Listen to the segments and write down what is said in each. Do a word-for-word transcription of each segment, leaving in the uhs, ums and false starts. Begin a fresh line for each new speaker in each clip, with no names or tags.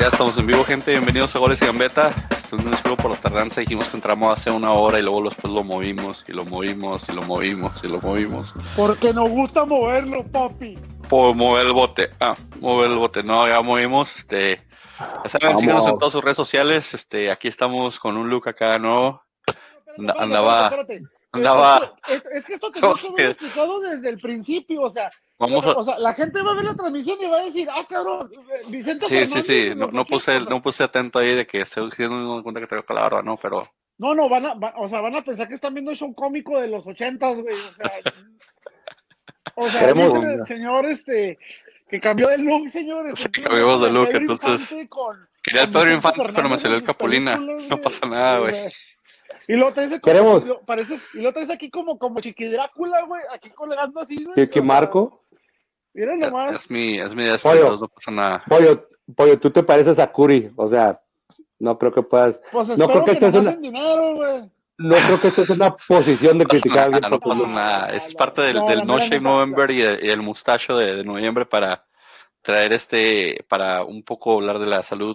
Ya estamos en vivo, gente. Bienvenidos a Goles y Gambeta. Estoy un disculpo por la tardanza. Dijimos que entramos hace una hora y luego después lo movimos y lo movimos y lo movimos y lo movimos.
Porque nos gusta moverlo, papi.
Por mover el bote. Ah, mover el bote. No, ya movimos. Este, ya saben, síganos en todas sus redes sociales. Este, aquí estamos con un look acá nuevo.
Espérate,
andaba,
espérate, espérate.
andaba.
Es, es, es que esto tenemos que haber explicado desde el principio, o sea,
Vamos a...
o sea, la gente va a ver la transmisión y va a decir, ah, cabrón, Vicente
Sí,
Fernández.
sí, sí, no, no puse, no puse atento ahí de que se dieron cuenta que traigo la barba, no, pero...
No, no, van a, va, o sea, van a pensar que están viendo eso un cómico de los ochentas, güey, o sea... o sea, el señor, este, que cambió de look, señores.
Sí, cambiamos de look, entonces...
Con,
quería el Pedro Infante, pero me salió el Capulina, no pasa nada, güey.
Y lo traes
como,
lo, parece, y lo traes aquí como, como Chiqui Drácula, güey, aquí colgando así, güey.
¿Qué Marco?
Mira nomás.
Es mi, es mi destino, no pasa nada.
Pollo, pollo, tú te pareces a Curi, o sea, no creo que puedas.
Pues
no creo que,
que
estés
no
una,
dinero, güey.
No creo que estés en una posición de
no
criticar a alguien.
No pasa nada, no, es parte del No, del no Shave November y, de, y el mustacho de, de noviembre para traer este, para un poco hablar de la salud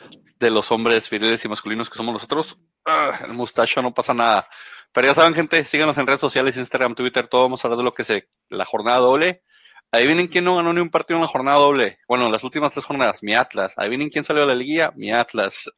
de los hombres viriles y masculinos que somos nosotros. Ah, el mustacho, no pasa nada. Pero ya saben, gente, síganos en redes sociales, Instagram, Twitter, todo. Vamos a hablar de lo que se, la jornada doble. Adivinen quién no ganó ni un partido en la jornada doble. Bueno, las últimas tres jornadas, mi Atlas. Adivinen quién salió de la liguilla, mi Atlas.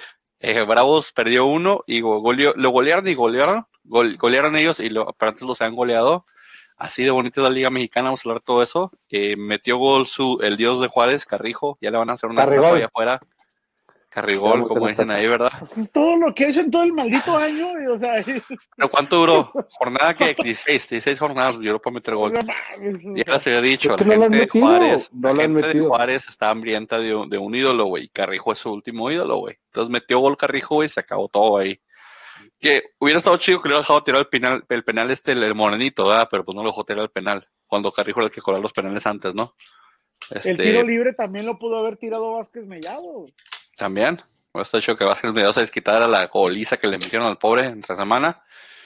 eh, Bravos perdió uno y goleó, lo golearon y golearon. Gol, golearon ellos y lo, para antes los han goleado. Así de bonita es la Liga Mexicana, vamos a hablar de todo eso. Eh, metió gol su, el dios de Juárez, Carrijo. Ya le van a hacer una estatua allá afuera. Carrigol, como dicen ahí, ¿verdad?
Eso es todo lo que he hecho en todo el maldito año, y, o sea...
¿Pero cuánto duró? ¿Jornada que dieciséis, dieciséis jornadas duró para meter gol? Ya se había dicho, la gente de Juárez, la gente de Juárez está hambrienta de, de un ídolo, güey. Carrijo es su último ídolo, güey. Entonces metió gol Carrijo, güey, y se acabó todo ahí. Que hubiera estado chido que le hubiera dejado tirar el penal, el penal este, el morenito, ¿verdad? Pero pues no lo dejó tirar el penal. Cuando Carrijo era el que cobraba los penales antes, ¿no?
Este... El tiro libre también lo pudo haber tirado Vázquez Mellado.
También. Está hecho que Vázquez Mellado se desquitara la goliza que le metieron al pobre entre semana.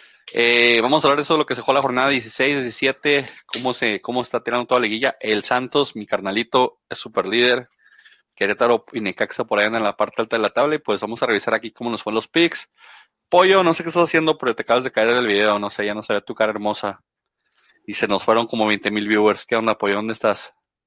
Eh, vamos a hablar de eso, lo que se jugó la jornada dieciséis, diecisiete, cómo se, cómo está tirando toda la liguilla. El Santos, mi carnalito, es super líder. Querétaro y Necaxa por allá en la parte alta de la tabla. Y pues vamos a revisar aquí cómo nos fueron los picks. Pollo, no sé qué estás haciendo, pero te acabas de caer en el video. No sé, ya no se ve tu cara hermosa. Y se nos fueron como veinte mil viewers. ¿Qué onda, Pollo? ¿Dónde estás?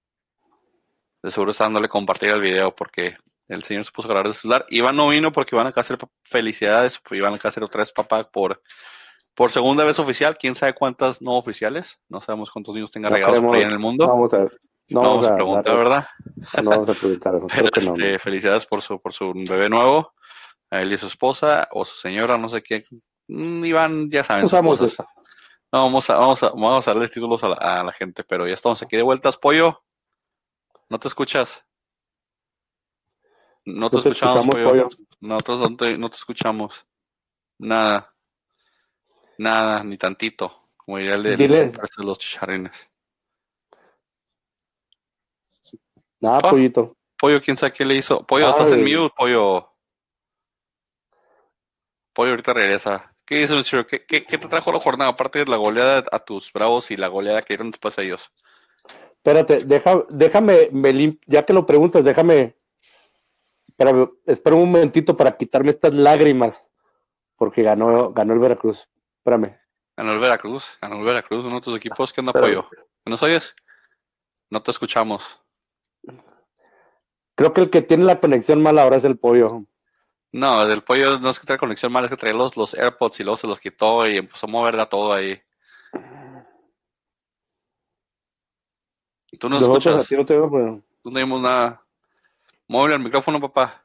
De seguro está dándole compartir el video porque el señor se puso a grabar de celular. Iván no vino porque iban a hacer felicidades. Iban a hacer otra vez papá por, por segunda vez oficial. ¿Quién sabe cuántas no oficiales? No sabemos cuántos niños tenga no regados por ahí en el mundo.
Vamos a ver.
No, no vamos a, a preguntar, dar, ¿verdad?
No vamos a preguntar.
Pero este, no. Felicidades por su, por su bebé nuevo. A él y su esposa o su señora, no sé quién. Iván, ya saben.
Usamos eso.
No, vamos a, vamos a, vamos a darle títulos a la, a la gente, pero ya estamos aquí de vueltas. Pollo, ¿no te escuchas? No te, no te escuchamos, escuchamos pollo. pollo. Nosotros no te, no te escuchamos. Nada. Nada, ni tantito. Como diría el de, de los chicharrines.
Nada, ah, pollito.
Pollo, quién sabe qué le hizo. Pollo, Ay. estás en mute, pollo. Pollo ahorita regresa. ¿Qué hizo, ¿Qué, qué, ¿Qué te trajo la jornada? Aparte de la goleada a tus Bravos y la goleada que dieron después a ellos.
Espérate, deja, déjame, me, ya que lo preguntas, déjame. Espera, espera un momentito para quitarme estas lágrimas. Porque ganó, ganó el Veracruz. Espérame.
Ganó el Veracruz, ganó el Veracruz, uno de tus equipos. ¿Qué onda, Pollo? ¿Nos oyes? No te escuchamos.
Creo que el que tiene la conexión mala ahora es el Pollo.
No, el Pollo no es que trae conexión mala, es que trae los, los AirPods y luego se los quitó y empezó a moverla todo ahí. Tú no
Nosotros
escuchas.
A ti no te veo, pero...
Tú no oímos nada. Mueve el micrófono, papá.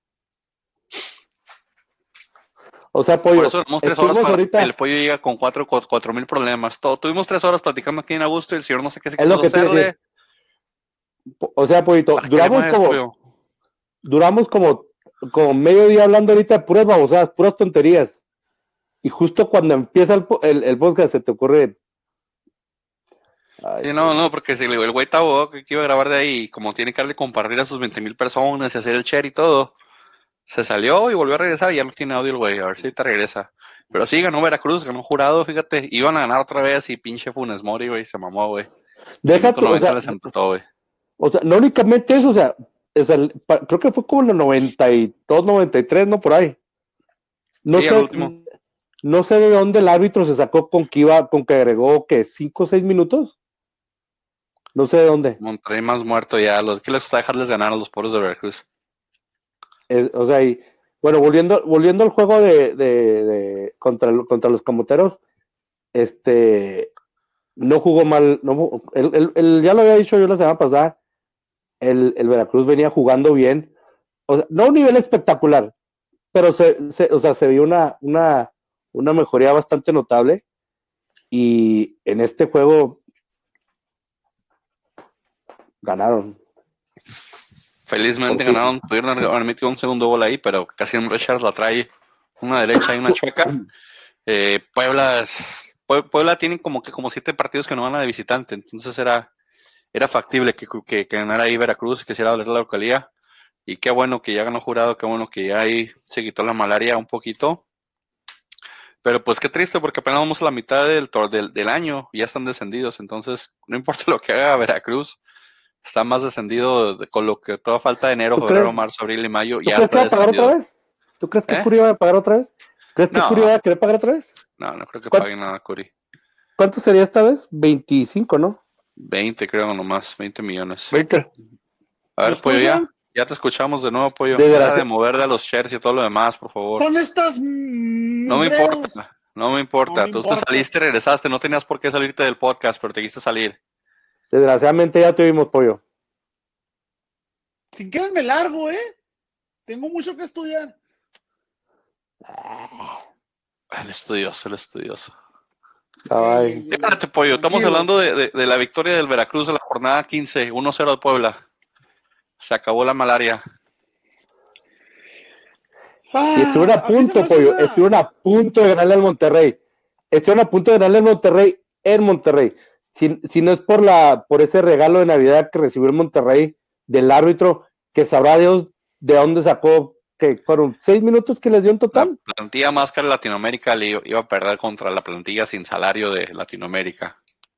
O sea, Pollo.
Por eso tenemos tres horas para ahorita... el Pollo llega con cuatro, cuatro mil problemas. Todo. Tuvimos tres horas platicando aquí en Augusto y el señor no sé qué se quiso hacerle.
O sea, Pollito, duramos como... Pollo? Duramos como... como medio día hablando ahorita de puras babosadas, puras tonterías. Y justo cuando empieza el, el, el podcast se te ocurre...
Ay, sí, no, no, porque si el güey estaba que iba a grabar de ahí, como tiene que darle compartir a sus veinte mil personas y hacer el share y todo, se salió y volvió a regresar y ya no tiene audio el güey, a ver si te regresa. Pero sí, ganó Veracruz, ganó Jurado, fíjate, iban a ganar otra vez y pinche Funes Mori, güey, se mamó, güey.
Déjate, o sea,
les empató, güey.
O sea, no únicamente eso, o sea, o sea, creo que fue como en el noventa y dos, noventa y tres, ¿no? Por ahí. No
sí,
sé, no sé de dónde el árbitro se sacó con que iba, con que agregó, que ¿cinco o seis minutos? No sé de dónde.
Monterrey más muerto ya. Los, ¿qué les gusta dejarles ganar a los pobres de Veracruz?
Eh, o sea, y bueno, volviendo, volviendo al juego de, de, de contra, contra los Camoteros, este, no jugó mal, no, el, el, el, ya lo había dicho yo la semana pasada, el, el Veracruz venía jugando bien, o sea, no a un nivel espectacular, pero se, se, o sea, se vio una, una, una mejoría bastante notable, y en este juego ganaron.
Felizmente ganaron, pudieron haber metido un segundo gol ahí, pero casi en Richards la trae una derecha y una chueca. Eh, Puebla, Puebla tiene como que como siete partidos que no van a de visitante, entonces era, era factible que, que, que ganara ahí Veracruz y que quisiera valer la localía. Y qué bueno que ya ganó Jurado, qué bueno que ya ahí se quitó la malaria un poquito. Pero pues qué triste, porque apenas vamos a la mitad del, del, del año y ya están descendidos, entonces no importa lo que haga Veracruz, está más descendido de, con lo que toda falta de enero, febrero, crees, marzo, abril y mayo, ya
crees
está
que va a pagar
descendido.
Otra vez? ¿Tú crees que ¿Eh? Curi va a pagar otra vez? ¿Crees que no. Curi va a querer pagar otra vez?
No, no creo que pague nada Curi.
¿Cuánto sería esta vez? veinticinco, ¿no?
veinte creo nomás, veinte millones.
veinte.
A ver, Pollo, ya, ya te escuchamos de nuevo, Pollo. De Deja de moverle a los shares y todo lo demás, por favor.
Son estas... Mm,
no me importa, no me importa. No me Tú importa. Te saliste, regresaste, no tenías por qué salirte del podcast, pero te quisiste salir.
Desgraciadamente ya tuvimos, Pollo.
Si quieres me largo, ¿eh? Tengo mucho que estudiar.
El estudioso, el estudioso.
Ay.
Espérate, Pollo, estamos hablando de, de, de la victoria del Veracruz de la jornada quince, uno cero al Puebla. Se acabó la malaria.
Ah, y estuvieron a punto, a Pollo, una... estuvieron a punto de ganarle al Monterrey. Estuvieron a punto de ganarle al Monterrey en Monterrey. Si, si no es por la por ese regalo de Navidad que recibió el Monterrey del árbitro, que sabrá Dios de dónde sacó, que fueron seis minutos que les dio en total.
La plantilla más cara de Latinoamérica le iba a perder contra la plantilla sin salario de Latinoamérica.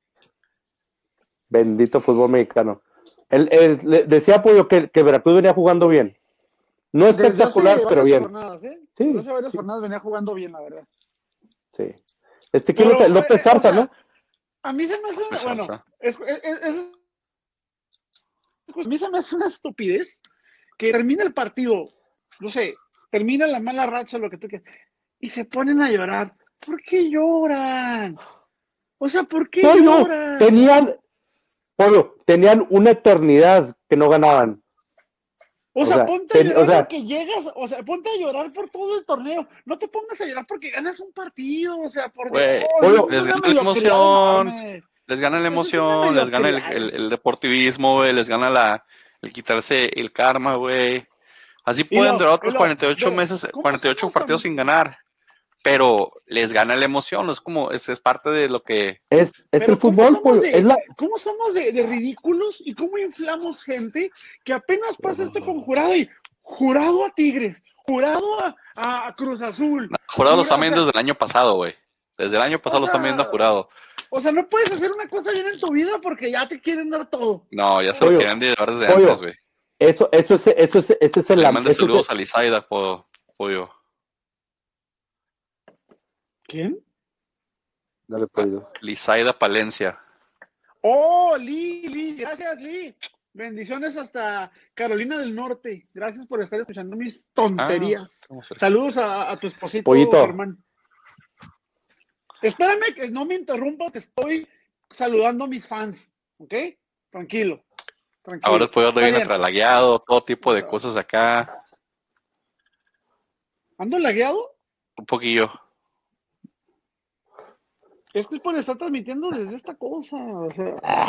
Bendito fútbol mexicano. El, el, el, decía Pollo que, que Veracruz venía jugando bien. No espectacular, pero bien.
Jornadas, ¿eh? Sí. Desde hace varias sí. jornadas venía jugando bien, la verdad.
Sí. Este que López, López Zarza, o sea, ¿no?
A mí se me hace, López bueno, es, es, es, es, a mí se me hace una estupidez que termina el partido, no sé, termina la mala racha, lo que tú quieras, y se ponen a llorar. ¿Por qué lloran? O sea, ¿por qué
no,
lloran?
No, tenían, Pollo, tenían una eternidad que no ganaban.
O, o sea, sea, ponte ten, a llorar o sea, porque llegas, o sea, ponte a llorar por todo el torneo. No te pongas a llorar porque ganas un partido, o sea, por
Wey, Dios, les gana la emoción, les gana la emoción, les gana el, el, el deportivismo, güey, les gana la, el quitarse el karma, güey. Así pueden lo, durar otros lo, cuarenta y ocho lo, meses, cuarenta y ocho partidos sin ganar, pero les gana la emoción, es como, es, es parte de lo que...
Es, es el fútbol, pues,
de,
es la...
¿Cómo somos de, de ridículos y cómo inflamos gente que apenas pasa esto con Jurado y Jurado a Tigres, Jurado a, a Cruz Azul?
No, jurado lo están viendo desde el año pasado, güey. Desde el año pasado o sea, lo están viendo a Jurado.
O sea, no puedes hacer una cosa bien en tu vida porque ya te quieren dar todo.
No, ya se Pollo, lo quieren dar desde Pollo, antes, güey.
Eso, eso es, eso es, ese es el...
Le mande saludos es... a Lizaida, po, Pollo.
¿Quién?
Dale, Pollo.
Lizaida Palencia.
Oh, Lee, Lee, gracias, Lee. Bendiciones hasta Carolina del Norte. Gracias por estar escuchando mis tonterías. Ah, saludos a, a tu esposito,
Pollito.
Germán. Espérame que no me interrumpas, que estoy saludando a mis fans, ¿ok? Tranquilo. Tranquilo.
Ahora puedo dar bien atralagueado, todo tipo de cosas acá.
¿Ando lagueado?
Un poquillo.
Es que es por estar transmitiendo desde esta cosa, o sea.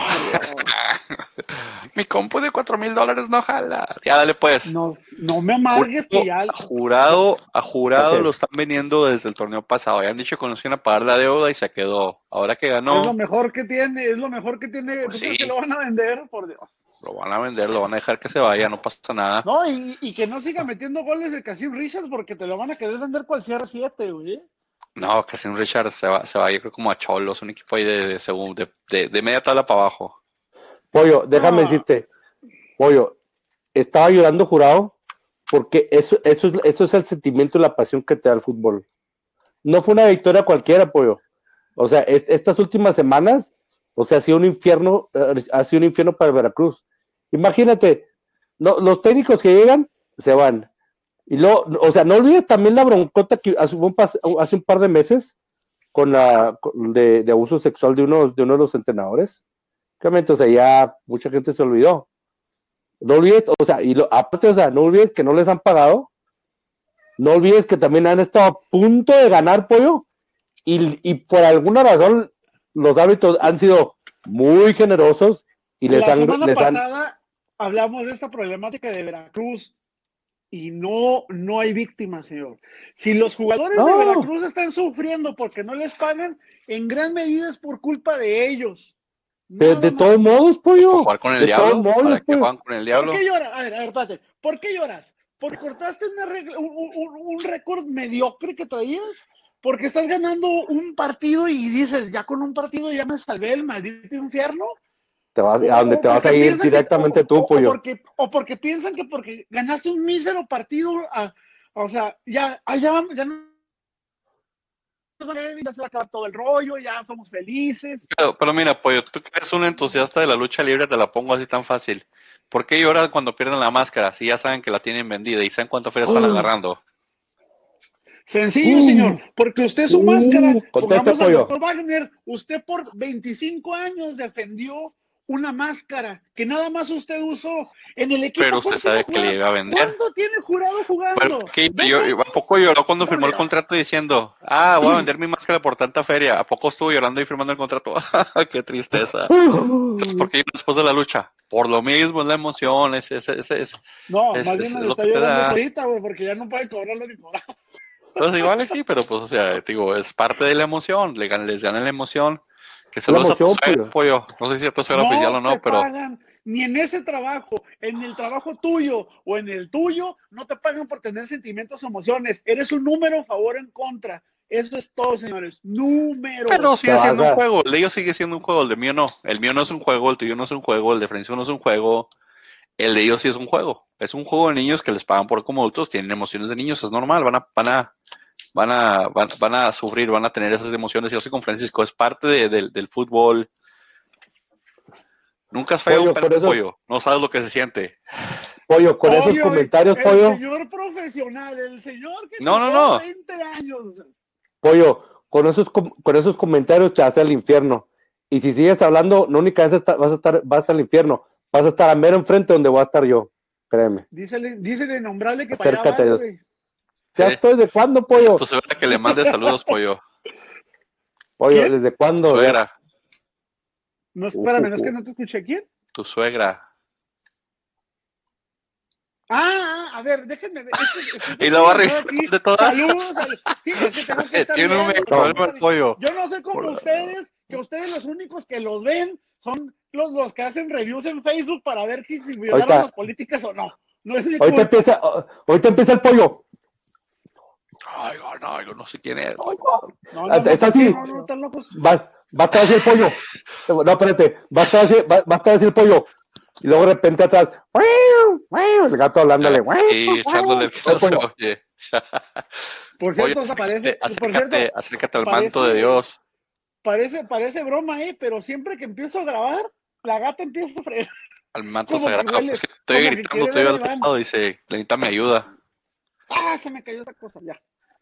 Mi compu de cuatro mil dólares no jala. Ya dale pues.
No, no me amargues que ya.
A jurado, a jurado okay. Lo están vendiendo desde el torneo pasado. Ya han dicho que nos iban a pagar la deuda y se quedó. Ahora que ganó.
Es lo mejor que tiene, es lo mejor que tiene. Pues ¿Tú sí. crees que lo van a vender? Por Dios.
Lo van a vender, lo van a dejar que se vaya, no pasa nada.
No, y, y que no siga metiendo goles de Casim Richards porque te lo van a querer vender cual C R siete, güey.
No, Casim Richards se va, se va, yo creo como a Cholos, un equipo ahí de, de, segundo, de, de, de media tabla para abajo.
Pollo, déjame ah. decirte, Pollo, estaba llorando Jurado, porque eso, eso, es, eso es el sentimiento y la pasión que te da el fútbol. No fue una victoria cualquiera, pollo. O sea, es, estas últimas semanas, o sea, ha sido un infierno, eh, ha sido un infierno para Veracruz. Imagínate, no, los técnicos que llegan, se van. Y luego, o sea, no olvides también la broncota que hace un, hace un par de meses con la con, de, de abuso sexual de uno, de uno de los entrenadores. Realmente, o sea, ya mucha gente se olvidó. No olvides, o sea, y lo, aparte, o sea, no olvides que no les han pagado. No olvides que también han estado a punto de ganar, pollo. Y, y por alguna razón, los árbitros han sido muy generosos y les
la
han.
semana
Les
pasada
han...
hablamos de esta problemática de Veracruz. Y no, no hay víctimas, señor. Si los jugadores no. de Veracruz están sufriendo porque no les pagan, en gran medida es por culpa de ellos.
De, de todos modos, pollo.
¿Por jugar con el
de
diablo?
Todos modos,
¿Para qué juegan con el diablo?
¿Por qué lloras? A ver, a ver, espérate. ¿Por qué lloras? ¿Porque cortaste una regla, un, un, un récord mediocre que traías? ¿Porque estás ganando un partido y dices, ya con un partido ya me salvé del maldito infierno?
Te vas, a donde te vas a ir directamente
que,
tú,
o,
pollo.
O porque, o porque piensan que porque ganaste un mísero partido, a, o sea, ya, ya, ya no ya se va a acabar todo el rollo, ya somos felices.
Pero, pero mira, pollo, tú que eres un entusiasta de la lucha libre, te la pongo así tan fácil. ¿Por qué lloras cuando pierden la máscara si ya saben que la tienen vendida y saben cuánto feria están uh. agarrando?
Sencillo, uh, señor, porque usted su uh, máscara, pongamos al doctor Wagner, usted por veinticinco años defendió una máscara que nada más usted usó en el equipo.
Pero usted sabe que le iba a vender.
¿Cuánto tiene Jurado jugando?
Bueno, ¿qué, yo, ¿A poco lloró cuando no, firmó mira. el contrato diciendo, ah, voy a vender mi máscara por tanta feria? ¿A poco estuvo llorando y firmando el contrato? ¡Qué tristeza! Entonces, ¿por qué después de la lucha? Por lo mismo, es la emoción, es... es, es, es
no,
es,
más bien me está llorando ahorita, güey, porque ya no puede cobrarlo ni cobrar.
Pues igual sí, pero pues, o sea, digo, es parte de la emoción, les gana, les gana la emoción. Que saludos a tu suegra, pollo. No sé si a tu suegra
no
oficial o no,
te
pero...
pagan, ni en ese trabajo, en el trabajo tuyo o en el tuyo, no te pagan por tener sentimientos o emociones. Eres un número a favor o en contra. Eso es todo, señores. Número.
Pero sigue siendo un juego. El de ellos sigue siendo un juego, el de mío no. El mío no es un juego, el tuyo no es un juego, el de Francisco no es un juego. El de ellos sí es un juego. Es un juego de niños que les pagan por como adultos, tienen emociones de niños, es normal, van a... Van a Van a, van, van a sufrir, van a tener esas emociones. Yo sé con Francisco, es parte de, de, del fútbol. Nunca has fallado un perro, pollo. No sabes lo que se siente.
Pollo, con pollo, esos comentarios,
el
pollo.
El señor profesional, el señor que
no, no, no.
veinte años.
Pollo, con esos, con esos comentarios te hace al infierno. Y si sigues hablando, no únicamente vas a estar, vas a estar al infierno, vas a estar a mero enfrente donde voy a estar yo. Créeme.
Dícele, dícele nombrarle que
acércate
para allá vas,
Dios. ¿Ya estoy? ¿De cuándo, pollo?
Tu suegra que le mande saludos, pollo.
Pollo, ¿quién? ¿Desde cuándo?
Tu suegra.
No, espérame, uh, ¿no es que no te escuché? ¿Quién?
Tu suegra.
Ah, a ver, déjenme ver. Este, este,
y lo va a revisar de todas.
Saludos. Sí, es que tengo que estar
Tiene un problema el pollo.
Yo no sé cómo Por ustedes, que ustedes los únicos que los ven son los, los que hacen reviews en Facebook para ver si, si violaron Ahorita. las políticas o no. No es mi
ahorita, empieza, ahorita empieza el pollo.
Ay, no, yo no sé quién es.
No, no, no, está así. No, no, no, va, va a estar así el pollo. No, espérate. Va a estar así, va, va a estar así el pollo. Y luego de repente atrás, el gato hablándole.
Y echándole el que no se oye.
Por cierto,
oye,
aparece.
Acércate,
por cierto,
acércate al parece, manto de Dios.
Parece, parece broma, ¿eh? Pero siempre que empiezo a grabar, la gata empieza a fregar.
Al manto sagrado. Es que estoy gritando, estoy al otro lado. Dice, necesita mi ayuda.
Ah, se me cayó esa cosa, ya.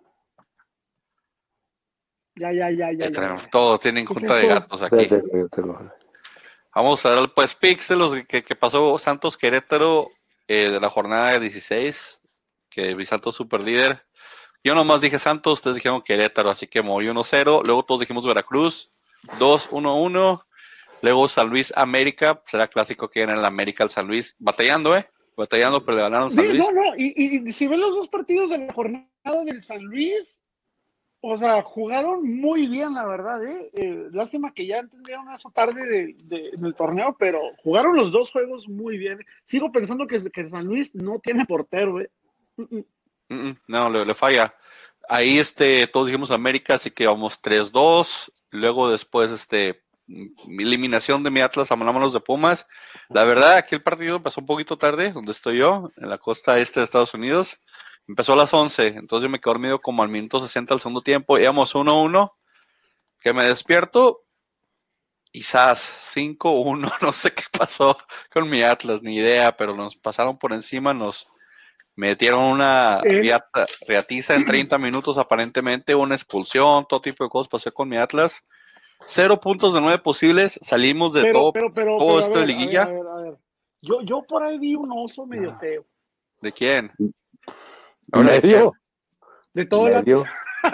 Ya, ya, ya, ya. ya, ya.
Todos tienen junta de gatos aquí. Vamos a ver pues picks de los que, que pasó Santos Querétaro eh, de la jornada dieciséis, que vi Santos super líder. Yo nomás dije Santos, ustedes dijeron Querétaro, así que moví uno cero. Luego todos dijimos Veracruz, dos uno uno. Luego San Luis América, será clásico que gane el América al San Luis, batallando, ¿eh? Batallando, pero le ganaron San
sí,
Luis.
No, no, y, y, y si ven los dos partidos de la jornada del San Luis, o sea, jugaron muy bien, la verdad, ¿eh? eh lástima que ya entendieron eso tarde de, de, del torneo, pero jugaron los dos juegos muy bien. Sigo pensando que, que San Luis no tiene portero, ¿eh?
Uh-uh. Uh-uh. No, le, le falla. Ahí este, todos dijimos América, así que vamos tres dos. Luego después, este, mi eliminación de mi Atlas a manos de Pumas. La verdad, aquí el partido empezó un poquito tarde, donde estoy yo, en la costa este de Estados Unidos. Empezó a las once, entonces yo me quedé dormido como al minuto sesenta del segundo tiempo. Íbamos uno uno, que me despierto y ¡zas! cinco uno, no sé qué pasó con mi Atlas, ni idea, pero nos pasaron por encima, nos metieron una riata, riatiza en treinta minutos aparentemente, una expulsión, todo tipo de cosas pasó con mi Atlas. Cero puntos de nueve posibles, salimos de
pero,
todo,
pero, pero,
todo
pero,
esto
ver,
de liguilla.
A ver, a ver, a ver. Yo, yo por ahí vi un oso medio feo.
¿De quién?
¿Ahora de quién?
De todo el
Atlas.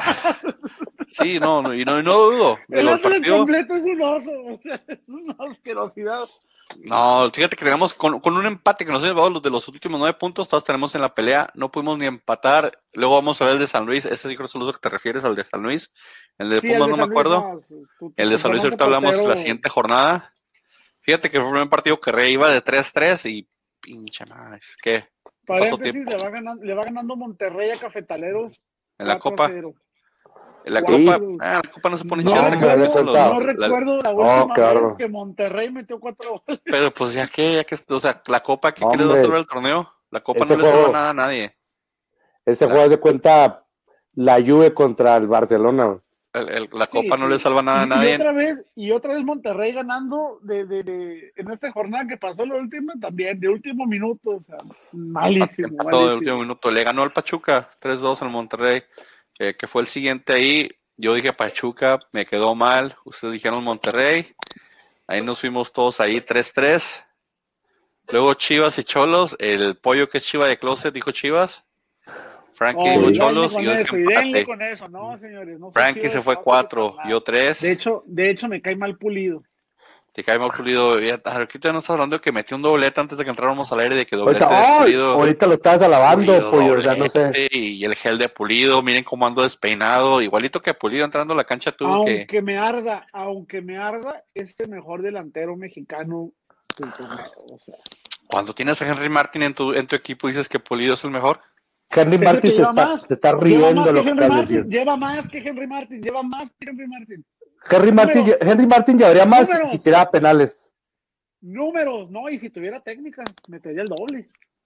Sí, no, no, y no, y no lo dudo.
El
Digo, el
Atlas
partido...
completo es un oso, o sea, es una asquerosidad.
No, fíjate que tenemos con, con un empate que nos ha llevado los de los últimos nueve puntos, todos tenemos en la pelea, no pudimos ni empatar. Luego vamos a ver el de San Luis, ese sí creo que es el que te refieres, al de San Luis. El de
Sí,
Pumas
el de
no me
San Luis,
acuerdo.
no, tu- tu-
El de
tu
San Luis
flamante
ahorita hablamos
portero-
la siguiente jornada. Fíjate que fue el primer partido que Rey iba de tres tres y pinche madre, ¿qué? ¿Qué pasó
Paréntesis,
tiempo?
le va, ganando, le va ganando Monterrey a Cafetaleros
En la
cuatro a
Copa,
cero.
en la
Sí.
Copa, ah, la Copa no se pone
No,
chida hasta que
hombre,
empiezan
de
los,
cuenta.
no
la-
recuerdo la
Oh,
última
qué
vez
bárbaro.
que Monterrey metió cuatro goles.
Pero pues ya que, ya que, o sea, la Copa, ¿qué quiere
Hombre,
salvar el torneo? La Copa
ese
no le salva
juego-
nada a nadie.
Ese
La-
juego de cuenta la Juve contra el Barcelona.
El- el- la
Sí,
Copa no
sí.
le salva nada a
Y, y
nadie.
otra vez, y otra vez Monterrey ganando de, de, de, en esta jornada que pasó la última también, de último minuto, o sea, malísimo,
Empató de último
malísimo.
minuto. Le ganó al Pachuca tres dos al Monterrey, eh, que fue el siguiente ahí. Yo dije Pachuca, me quedó mal. Ustedes dijeron Monterrey. Ahí nos fuimos todos ahí tres tres. Luego Chivas y Cholos. El pollo que es Chiva de Closet dijo Chivas. Frankie
Oh,
dijo
y denle
Cholos
con
y yo dije
eso, y denle
empate.
con eso, no, señores, no soy
Frankie
Chivas
se
de
fue
Closet
cuatro,
para nada.
yo tres.
De hecho, de hecho me cae mal Pulido.
Te cae mal Pulido. Ya- Ahorita no estás hablando de que metió un doblete antes de que entráramos al aire, de que doblete
Ahorita,
de
¡ay!
Pulido.
Ahorita lo estás alabando,
Pulido,
pollo, o sea, no sé.
doblete, y el gel de Pulido, miren cómo ando despeinado, igualito que Pulido entrando a la cancha tuvo que...
Aunque me arda, aunque me arda, este mejor delantero mexicano del torneo, o sea.
Cuando tienes a Henry Martin en tu, en tu equipo, dices que Pulido es el mejor.
Henry
Es el
Martin
que
se
lleva
está,
más.
se está
Lleva
riendo
más
lo
que
que
Henry
acabas de
Martin,
decir.
lleva más que Henry Martin, lleva más que Henry Martin.
Henry Martin,
Números.
Henry Martin llevaría más
Números.
si tiraba penales.
Números, no, y si tuviera técnica, metería el doble.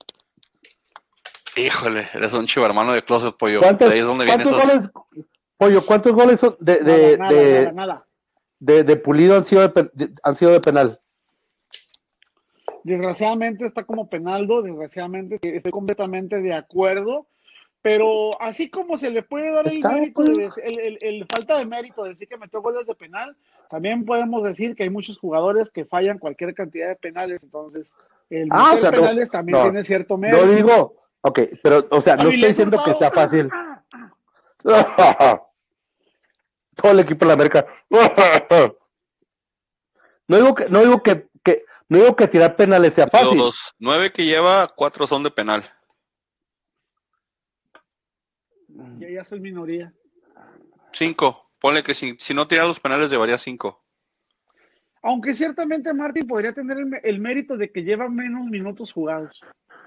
Híjole, eres un chivo hermano de Closet, Pollo.
¿Cuántos,
De ahí es donde vienen
cuántos
esos...
goles, pollo, cuántos goles son de,
Nada,
de,
nada,
de,
nada, nada.
de, de Pulido han sido de, pe- de- han sido de penal?
Desgraciadamente está como Penaldo, desgraciadamente estoy completamente de acuerdo, pero así como se le puede dar el
Está,
mérito,
pues.
de, el, el- el falta de mérito de decir que metió goles de penal, también podemos decir que hay muchos jugadores que fallan cualquier cantidad de penales, entonces el
Ah,
meter
o sea, no,
penales también
no,
tiene cierto mérito.
No digo, ok, pero, o sea, no
Avilés
estoy diciendo que
Hurtado,
sea fácil.
ah, ah, ah.
Todo el equipo de la América. No digo que, no digo que, que, no digo que tirar penales sea fácil.
Los nueve que lleva, cuatro son de penal.
Ya, ya soy minoría.
Cinco. Ponle que si, si no tira los penales, llevaría cinco.
Aunque ciertamente Martín podría tener el, el mérito de que lleva menos minutos jugados.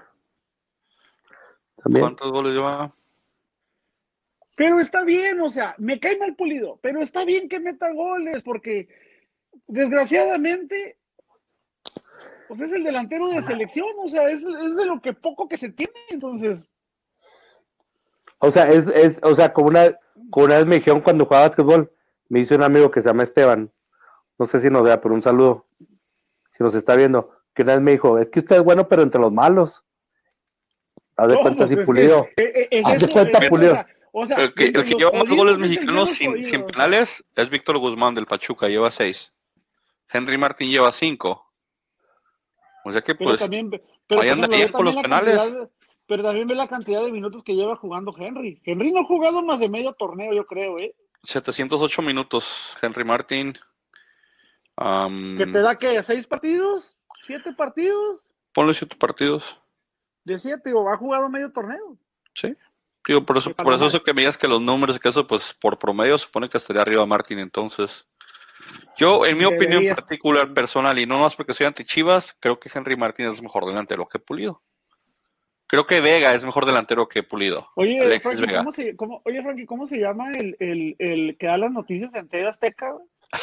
También.
¿Cuántos goles lleva?
Pero está bien, o sea, me cae mal Pulido, pero está bien que meta goles, porque desgraciadamente, pues es el delantero de selección, o sea, es, es de lo que poco que se tiene, entonces.
O sea, es, es, o sea, como una, como una vez me dijeron cuando jugaba básquetbol, me hizo un amigo que se llama Esteban, no sé si nos vea, pero un saludo, si nos está viendo, que una vez me dijo, es que usted es bueno, pero entre los malos. Haz de
No,
cuenta
pues
si
es
Pulido.
que, eh, eh,
Haz de
eso,
cuenta
eh,
Pulido.
o sea, o sea,
El que, el
entre
que
los
lleva más
jodidos
goles
es el
mexicanos
menos
sin,
jodido,
sin
o sea.
penales es Víctor Guzmán del Pachuca, lleva seis. Henry Martín lleva cinco. O sea que
Pero
pues
también, pero
ahí
por
anda
ejemplo,
bien
ve
con los
también la cantidad
penales.
de, pero también ve la cantidad de minutos que lleva jugando Henry. Henry no ha jugado más de medio torneo, yo creo, ¿eh?
setecientos ocho minutos, Henry Martín. Um,
¿Que te da que seis partidos? ¿Siete partidos?
Ponle siete partidos.
De siete, o ha jugado medio torneo.
Sí. Digo, por eso,
Que para
por eso
la
eso que me digas que los números, que eso pues por promedio supone que estaría arriba Martín, entonces. Yo, en mi
Debería.
opinión particular, personal, y no más porque soy anti Chivas, creo que Henry Martín es mejor delantero que Pulido. Creo que Vega es mejor delantero que Pulido.
Oye,
Alexis
Frankie,
Vega.
¿cómo se, cómo, oye, Frankie, ¿cómo se llama el, el, el que da las noticias en T V Azteca?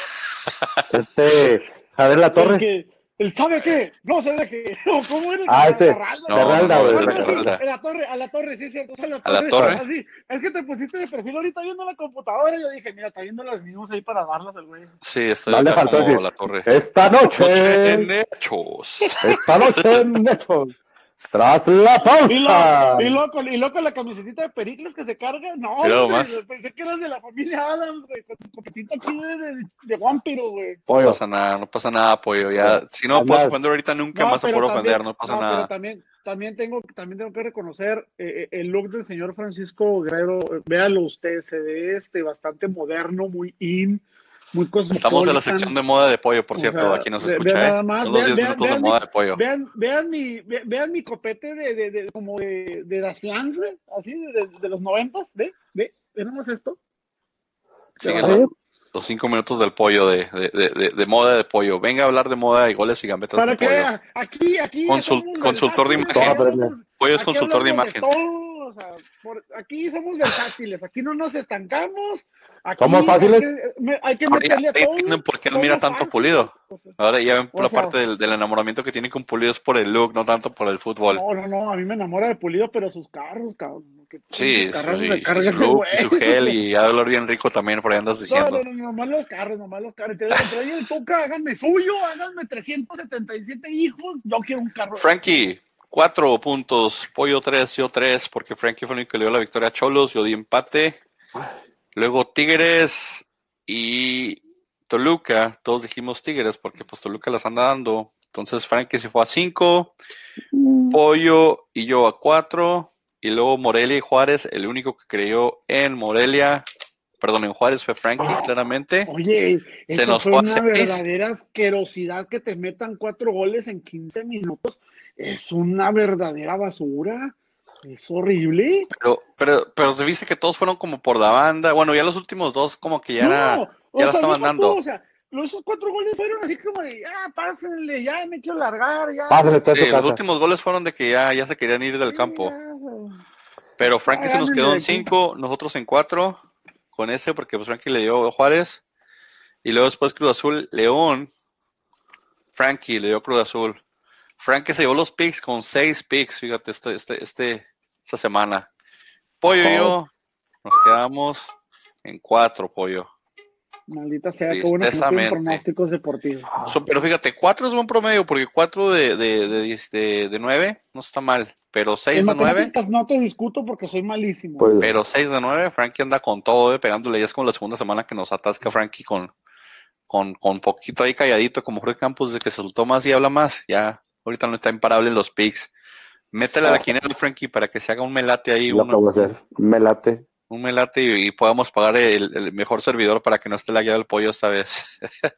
Este, Javier La Torre.
El que, ¿el sabe qué? No se deje. No, ¿cómo era?
Ah, ese.
Garralda,
No,
Garralda,
no,
güey.
ese
no,
era
no, sí,
Garralda.
a la torre, a la torre, sí, cierto. A la
¿A
torre.
la torre?
Así, es que te pusiste de perfil ahorita viendo la computadora y yo dije, mira, está viendo las news ahí para darlas al güey.
Sí, estoy
No le
acá
faltó
como
decir,
La Torre.
esta
Noche
noche,
en hechos.
esta noche en Hechos, tras la
Y lo,
pausa.
y loco, y loco la camiseta de Pericles que se carga. No,
Mira
hombre,
nomás.
pensé que eras de la familia Adams, güey, con tu copetita aquí de, de, de Vampiro, güey.
No
Pollo,
pasa nada, no pasa nada, pollo. Ya,
pollo.
si no me puedes
Andas-
ofender ahorita, nunca
No,
más se
pero
puede
también,
ofender, no pasa
no, pero
nada.
también, también tengo, también tengo que reconocer eh, el look del señor Francisco Guerrero. eh, Véalo usted, se ve este bastante moderno, muy in, muy
Estamos en la sección
cosmopolitan.
de moda de pollo, por
O
cierto,
sea,
aquí nos
ve-
escucha,
vean
¿eh?
nada más,
Son los
vean,
diez
vean,
minutos de
vean, mi,
moda de pollo.
vean, vean mi, ve- vean mi copete de, de, de- como de, de las fianzas, así, de, de, de los noventas, ve, ve, ve nomás esto. De
Siguen
verdad.
los, los cinco minutos del pollo, de, de, de, de, de moda de pollo. Venga a hablar de moda y goles y gambetas
Para
de
que
pollo.
vea, aquí, aquí
Consul-
somos
consultor de
versátiles,
imagen.
aquí hablamos,
Pollo es
aquí
consultor de
hablamos de
imagen.
todo, o sea, por- aquí somos versátiles, aquí no nos estancamos,
¿Somos
aquí hay
fáciles?
que, me- hay que
Ahora ya,
meterle a
ya
todo.
entienden por qué él
somos
mira tanto a
fáciles,
Pulido.
o sea,
Ahora ya ven
o
la
sea,
parte del, del enamoramiento que tiene con Pulido es por el look, no tanto por el fútbol.
no, no, no, a mí me enamora de Pulido, pero sus carros, cabrón, que pinches
Sí,
carrazos
sí,
se
sí,
carga
su
ese
look
güey.
y su gel y ha de olor bien rico también, por ahí andas
No,
diciendo.
no, no, nomás los carros, nomás los carros. Entre, entre ellos y Tuca, háganme suyo, háganme trescientos setenta y siete hijos, yo quiero un carro.
Frankie, cuatro puntos, Pollo tres, yo tres, porque Frankie fue el único que le dio la victoria a Cholos, yo di empate. Luego Tigres y Toluca, todos dijimos Tigres porque pues Toluca las anda dando. Entonces Frankie se fue a cinco, Pollo y yo a cuatro, y luego Morelia y Juárez, el único que creyó en Morelia, perdón, en Juárez fue Frankie, claramente.
Oye,
Se
eso
nos
fue
fue a
una
seis.
verdadera asquerosidad que te metan cuatro goles en quince minutos. Es una verdadera basura. Es horrible.
Pero, pero, pero te viste que todos fueron como por la banda. Bueno, ya los últimos dos como que ya, era,
No,
ya
o
la
sea,
estaban
deja tú,
dando.
o sea, los- esos cuatro goles fueron así como de, ya, pásenle, ya me quiero largar, ya.
Pásale, está en
Sí,
su
los
casa.
últimos goles fueron de que ya, ya se querían ir del
Sí,
campo.
ya, o sea,
Pero
ya
Frankie se nos
gánenle
quedó en
de cu-
cinco, nosotros en cuatro, con ese, porque pues Frankie le dio a Juárez. Y luego después Cruz Azul, León. Frankie le dio Cruz Azul. Frankie se llevó los picks con seis picks, fíjate, este, este, este, esta semana. Pollo y yo nos quedamos en cuatro, Pollo.
Maldita sea, qué bueno que no tienen
Tristezamente.
pronósticos deportivos.
So, pero fíjate, cuatro es buen promedio, porque cuatro de, de, de, diez- de, de nueve no está mal. Pero
En
seis de nueve,
matemáticas no te discuto porque soy malísimo.
Pues,
pero seis de nueve, Frankie anda con todo, eh, pegándole. Ya es como la segunda semana que nos atasca Frankie con, con, con poquito ahí calladito, como Jorge Campos, de que se soltó más y habla más. Ya, ahorita no está imparable en los picks. Métele a la quiniela, Frankie, para que se haga un melate ahí,
lo
uno,
acabo de hacer. Me late.
un melate y, y podamos pagar el, el mejor servidor para que no esté la guía del pollo esta vez.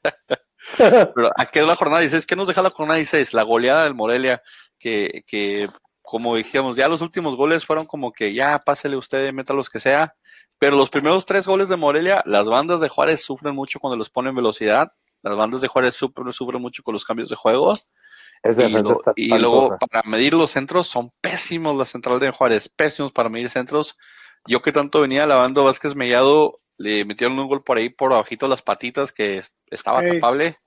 Pero aquí es la jornada dieciséis. ¿Qué nos deja la jornada dieciséis? La goleada del Morelia, que, que como dijimos, ya los últimos goles fueron como que ya pásele usted, meta los que sea. Pero los primeros tres goles de Morelia, las bandas de Juárez sufren mucho cuando los ponen velocidad. Las bandas de Juárez sufren, sufren mucho con los cambios de juego.
Esa
Y,
defensa
lo,
está
y luego
espantosa.
para medir los centros son pésimos la central de Juárez, pésimos para medir centros. Yo que tanto venía alabando a Vázquez Mellado, le metieron un gol por ahí por abajito de las patitas que estaba
Ey.
tapable.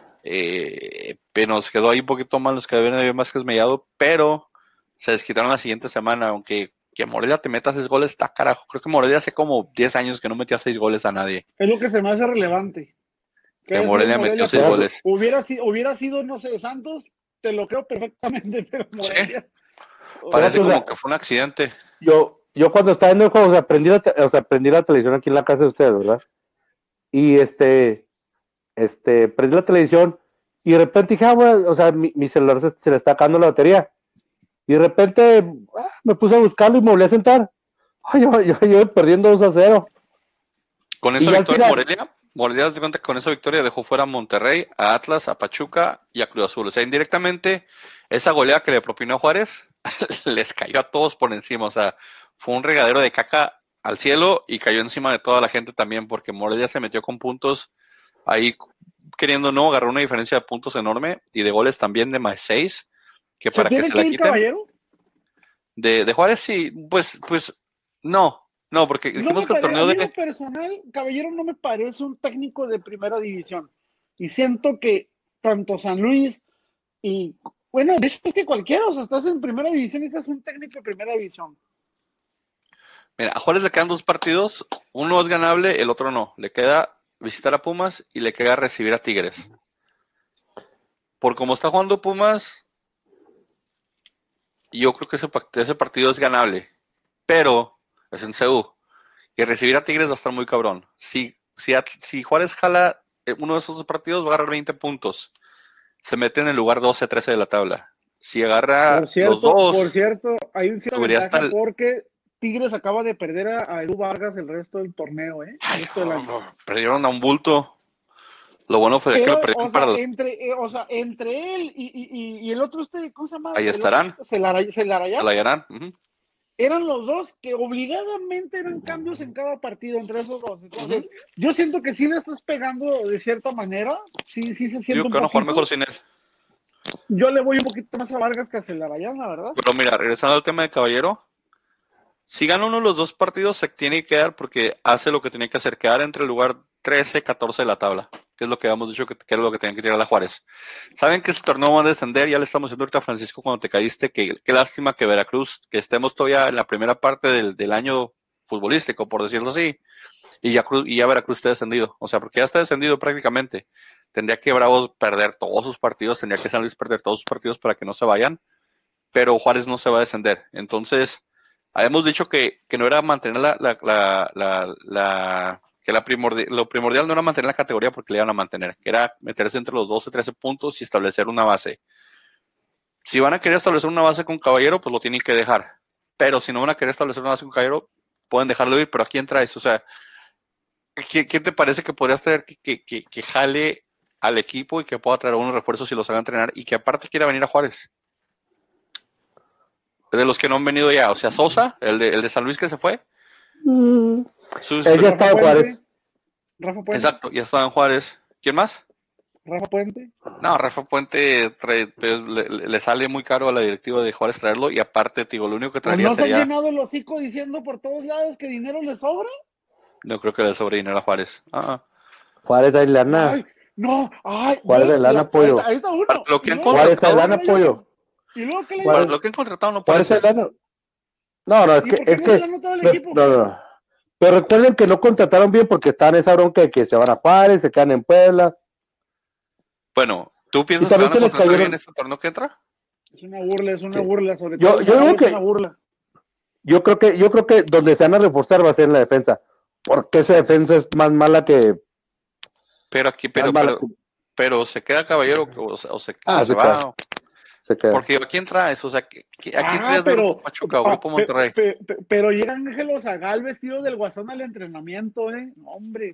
Eh, pero nos quedó ahí un poquito mal los que deben haber Vázquez Mellado, pero se desquitaron la siguiente semana, aunque que Morelia te meta seis goles, está carajo. Creo que Morelia hace como diez años que no metía seis goles a nadie.
Es lo que se me hace relevante.
Que
haya sido
Morelia metió seis
pero
goles.
Hubiera sido, hubiera sido, no sé, Santos, te lo creo perfectamente, pero Morelia.
Parece
o sea,
como que fue un accidente.
Yo, yo cuando estaba en el juego, o sea, prendí la, te- o sea, prendí la televisión aquí en la casa de ustedes, ¿verdad? Y este, este, prendí la televisión y de repente dije, ah, bueno, o sea, mi, mi celular se, se le está acabando la batería. Y de repente ah, me puse a buscarlo y me volví a sentar. Ay, yo, yo, yo iba perdiendo dos a cero.
Con
Y
esa
ya al
victoria,
final-
Morelia, Morelia, se cuenta que con esa victoria dejó fuera a Monterrey, a Atlas, a Pachuca y a Cruz Azul. O sea, indirectamente, esa goleada que le propinó a Juárez les cayó a todos por encima. O sea, fue un regadero de caca al cielo y cayó encima de toda la gente también, porque Morelia se metió con puntos ahí, queriendo no, agarró una diferencia de puntos enorme y de goles también de más seis. Que
¿Se
para que
tiene
se
que
la
ir,
quiten.
caballero?
De, de Juárez, sí, pues, pues, no. No, porque
No
dijimos
me
que el
pare-
torneo
a mí
de.
en lo personal, caballero no me parece un técnico de primera división. Y siento que tanto San Luis y, bueno, de hecho es que cualquiera, o sea, estás en primera división y estás un técnico de primera división.
Mira, a Juárez le quedan dos partidos, uno es ganable, el otro no. Le queda visitar a Pumas y le queda recibir a Tigres. Por como está jugando Pumas, yo creo que ese, ese partido es ganable, pero es en C U. Y recibir a Tigres va a estar muy cabrón. Si, si, si Juárez jala uno de esos dos partidos, va a agarrar veinte puntos. Se mete en el lugar doce trece de la tabla. Si agarra
por cierto,
los dos,
por cierto, hay un cierto ventaja
el...
porque Tigres acaba de perder a, a Edu Vargas el resto del torneo, ¿eh? El
Ay,
resto del año.
Perdieron a un bulto. Lo bueno fue
Pero,
que lo perdieron
o sea,
para...
entre, eh, o sea, entre él y, y, y el otro, este, ¿cómo se llama?
Ahí estarán.
Celarayán.
Celarayán. Uh-huh.
Eran los dos que obligadamente eran cambios en cada partido entre esos dos. Entonces, uh-huh. yo siento que sí le estás pegando de cierta manera. Sí, sí se siente
Digo
un
que van a jugar
poquito.
mejor sin él.
Yo le voy un poquito más a Vargas que a Celarayán, la verdad.
Pero mira, regresando al tema de Caballero, si gana uno de los dos partidos, se tiene que quedar porque hace lo que tenía que hacer, quedar entre el lugar trece, catorce de la tabla, que es lo que habíamos dicho que, que era lo que tenía que tirar a Juárez. Saben que este torneo va a descender, ya le estamos diciendo ahorita a Francisco cuando te caíste, que qué lástima que Veracruz, que estemos todavía en la primera parte del, del año futbolístico, por decirlo así, y ya, y ya Veracruz está descendido, o sea, porque ya está descendido prácticamente. Tendría que Bravos perder todos sus partidos, tendría que San Luis perder todos sus partidos para que no se vayan, pero Juárez no se va a descender. Entonces, habíamos dicho que, que no era mantener la, la, la, la, la que la primordial, lo primordial no era mantener la categoría porque le iban a mantener, que era meterse entre los doce, trece puntos y establecer una base. Si van a querer establecer una base con Caballero, pues lo tienen que dejar. Pero si no van a querer establecer una base con Caballero, pueden dejarlo ir, pero ¿a quién traes? O sea, ¿qué, qué te parece que podrías traer que, que, que, que jale al equipo y que pueda traer unos refuerzos y los haga entrenar y que aparte quiera venir a Juárez? De los que no han venido ya, o sea, Sosa, el de, el de San Luis que se fue.
Mm. Sus, Él ya estaba en Juárez.
Rafa Puente.
Exacto, ya estaba en Juárez. ¿Quién más?
Rafa Puente.
No, Rafa Puente trae, le, le sale muy caro a la directiva de Juárez traerlo y aparte, digo, lo único que traería
¿No
sería...
se han llenado el hocico diciendo por todos lados que dinero le sobra?
No creo que le sobre dinero a Juárez. Ah.
Juárez hay lana.
Ay, no, ay.
Juárez hay lana, pollo.
Ahí está uno.
Lo que han
Juárez hay lana, pollo.
¿Y luego qué le
Juárez, lo que han contratado no parece.
No, no, es que, es que, no, no. Pero recuerden que no contrataron bien porque están en esa bronca de que se van a Juárez, se quedan en Puebla.
Bueno, ¿tú piensas que van a contratar cayeron... bien este torneo que entra?
Es una burla, es una sí. burla, sobre
yo,
todo.
Yo creo que,
es una burla.
Yo creo que, yo creo que donde se van a reforzar va a ser en la defensa, porque esa defensa es más mala que.
Pero aquí, pero, pero, que... pero se queda Caballero o, o se, ah, o se, se va. O... Porque ¿a quién traes? O sea, ¿a quién ah, traes pero, Grupo Pachuca o Grupo Monterrey?
Pe, pe, pe, pero llega Ángelo Zagal vestido del Guasón al entrenamiento, ¿eh? Hombre.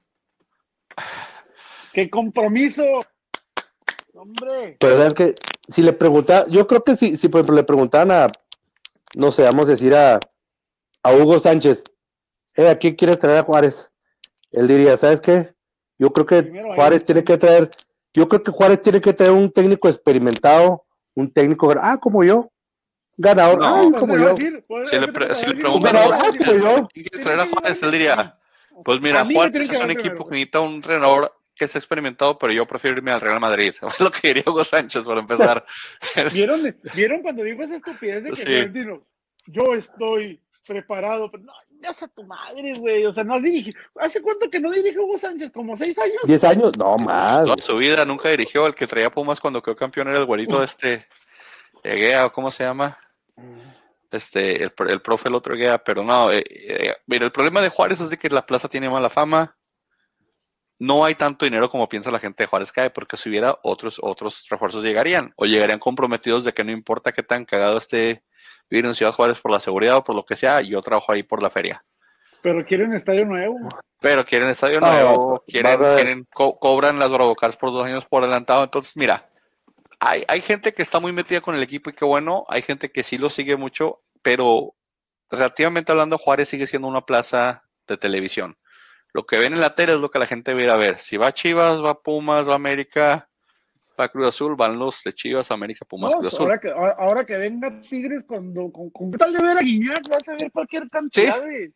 ¡Qué compromiso! Hombre.
Pero es que si le pregunta, yo creo que si, si por ejemplo le preguntaban a, no sé, vamos a decir a, a Hugo Sánchez, ¿eh, ¿a quién quieres traer a Juárez? Él diría, ¿sabes qué? Yo creo que Primero Juárez ahí, tiene que traer, yo creo que Juárez tiene que traer un técnico experimentado, un técnico, ah, como yo, ganador,
no,
ah, como yo.
Decir, si le, pre si le preguntan a ah, como yo. ¿Quién quieres traer a Juárez? Él diría, pues mira, Juárez es un equipo que necesita un entrenador que es experimentado, pero yo prefiero irme al Real Madrid. Es lo que diría Hugo Sánchez para empezar.
¿Vieron, ¿Vieron cuando dijo esa estupidez de que sí. Florentino, yo estoy preparado? Pero no, ya a tu madre, güey. O sea, no has dirigido. ¿Hace cuánto que no dirige Hugo Sánchez? ¿Como seis años?
¿Diez años? No, más.
Toda su vida nunca dirigió. El que traía Pumas cuando quedó campeón era el güerito de este Egea, ¿cómo se llama? Este, el, el profe, el otro Egea, pero no. Eh, eh, mira, el problema de Juárez es de que la plaza tiene mala fama. No hay tanto dinero como piensa la gente de Juárez cae, porque si hubiera otros otros refuerzos llegarían, o llegarían comprometidos de que no importa qué tan cagado esté vivir en Ciudad Juárez por la seguridad o por lo que sea, yo trabajo ahí por la feria.
Pero quieren estadio nuevo.
Pero quieren estadio nuevo, oh, quieren, quieren co cobran las Bravocars por dos años por adelantado, entonces mira, hay, hay gente que está muy metida con el equipo y qué bueno, hay gente que sí lo sigue mucho, pero relativamente hablando Juárez sigue siendo una plaza de televisión. Lo que ven en la tele es lo que la gente va a ir a ver. Si va Chivas, va Pumas, va América, va Cruz Azul, van los de Chivas, América, Pumas, no, Cruz Azul.
Ahora que, ahora que venga Tigres, cuando, con, con tal de ver a Guiñac, vas a ver cualquier cantidad
¿Sí?
de...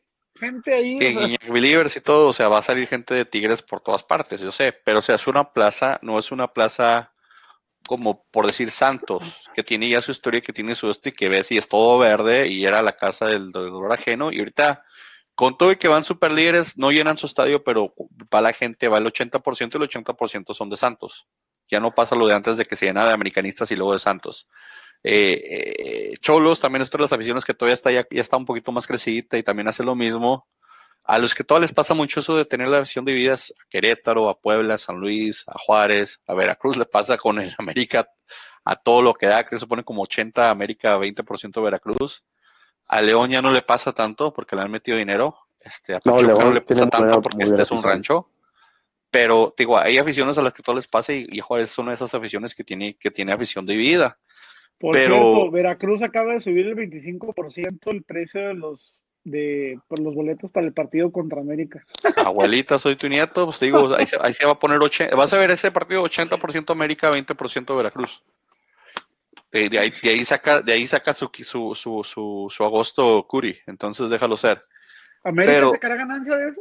gente ahí.
Que
O sea,
Guiñac Believers y todo, o sea, va a salir gente de Tigres por todas partes, yo sé, pero o sea, es una plaza, no es una plaza como por decir Santos, que tiene ya su historia, que tiene su esto y que ves y es todo verde y era la casa del dolor ajeno y ahorita con todo y que van super líderes, no llenan su estadio, pero va la gente, va el ochenta por ciento y el ochenta por ciento son de Santos. Ya no pasa lo de antes de que se llena de americanistas y luego de Santos. Eh, eh, Cholos también es otra de las aficiones que todavía está ya, ya está un poquito más crecidita y también hace lo mismo. A los que todavía les pasa mucho eso de tener la afición dividida es a Querétaro, a Puebla, a San Luis, a Juárez, a Veracruz le pasa con el América a todo lo que da, que se pone como ochenta América, veinte por ciento Veracruz. A León ya no le pasa tanto porque le han metido dinero. Este, a Pachuca no, no le pasa tanto porque este es un rancho. Pero digo, hay aficiones a las que todo les pasa y, y Juárez es una de esas aficiones que tiene, que tiene afición dividida.
Por
pero...
cierto, Veracruz acaba de subir el veinticinco por ciento el precio de los de por los boletos para el partido contra América.
Abuelita, soy tu nieto, pues te digo, ahí se, ahí se va a poner ochenta, vas a ver ese partido ochenta por ciento América, veinte por ciento Veracruz. De, de, ahí, de ahí saca, de ahí saca su, su, su, su, su agosto Curi, entonces déjalo ser.
¿América pero... sacará ganancia de eso?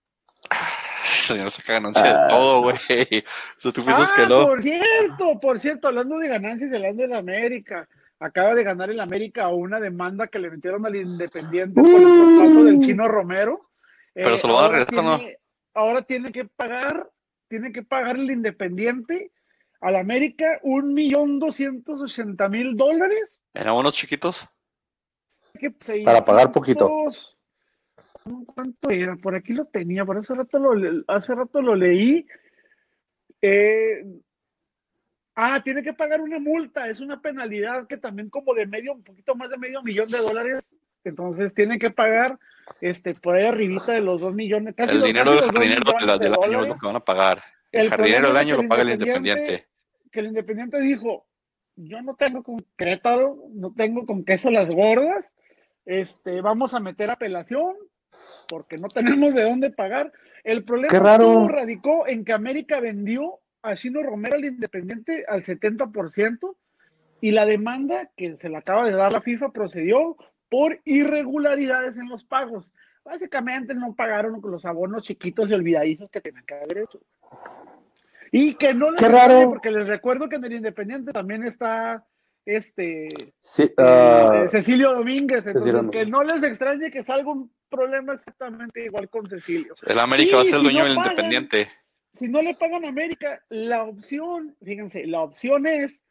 Señor, saca ganancia ah, de todo, güey. No. ¿Tú piensas
ah,
que no?
Por cierto, por cierto, hablando de ganancias y hablando de la América, acaba de ganar el América una demanda que le metieron al Independiente por el traspaso del Chino Romero.
Pero eh, se lo van a regresar, ¿no?
Ahora tiene que pagar, tiene que pagar el Independiente al América un millón doscientos ochenta mil dólares.
¿En abonos chiquitos?
seiscientos, para pagar poquito.
¿Cuánto era? Por aquí lo tenía, por hace rato lo, hace rato lo leí. Eh, ah, tiene que pagar una multa, es una penalidad que también como de medio, un poquito más de medio millón de dólares. Entonces tiene que pagar este por ahí arribita de los dos millones. Casi
el
los,
dinero
casi
del jardinero del, del
de
año es lo que van a pagar. El, el jardinero del año lo paga el Independiente.
Que el Independiente dijo, yo no tengo con Querétaro, no tengo con queso las gordas, este, vamos a meter apelación porque no tenemos de dónde pagar. El problema estuvo, radicó en que América vendió a Chino Romero al Independiente al setenta por ciento y la demanda que se le acaba de dar la FIFA procedió por irregularidades en los pagos. Básicamente no pagaron los abonos chiquitos y olvidadizos que tenían que haber hecho. Y que no les extrañe, porque les recuerdo que en el Independiente también está este
sí, uh,
eh, Cecilio Domínguez, entonces Cecilio que no les extrañe que salga un problema exactamente igual con Cecilio.
El América y va a ser el dueño si no del pagan, Independiente.
Si no le pagan a América, la opción, fíjense, la opción es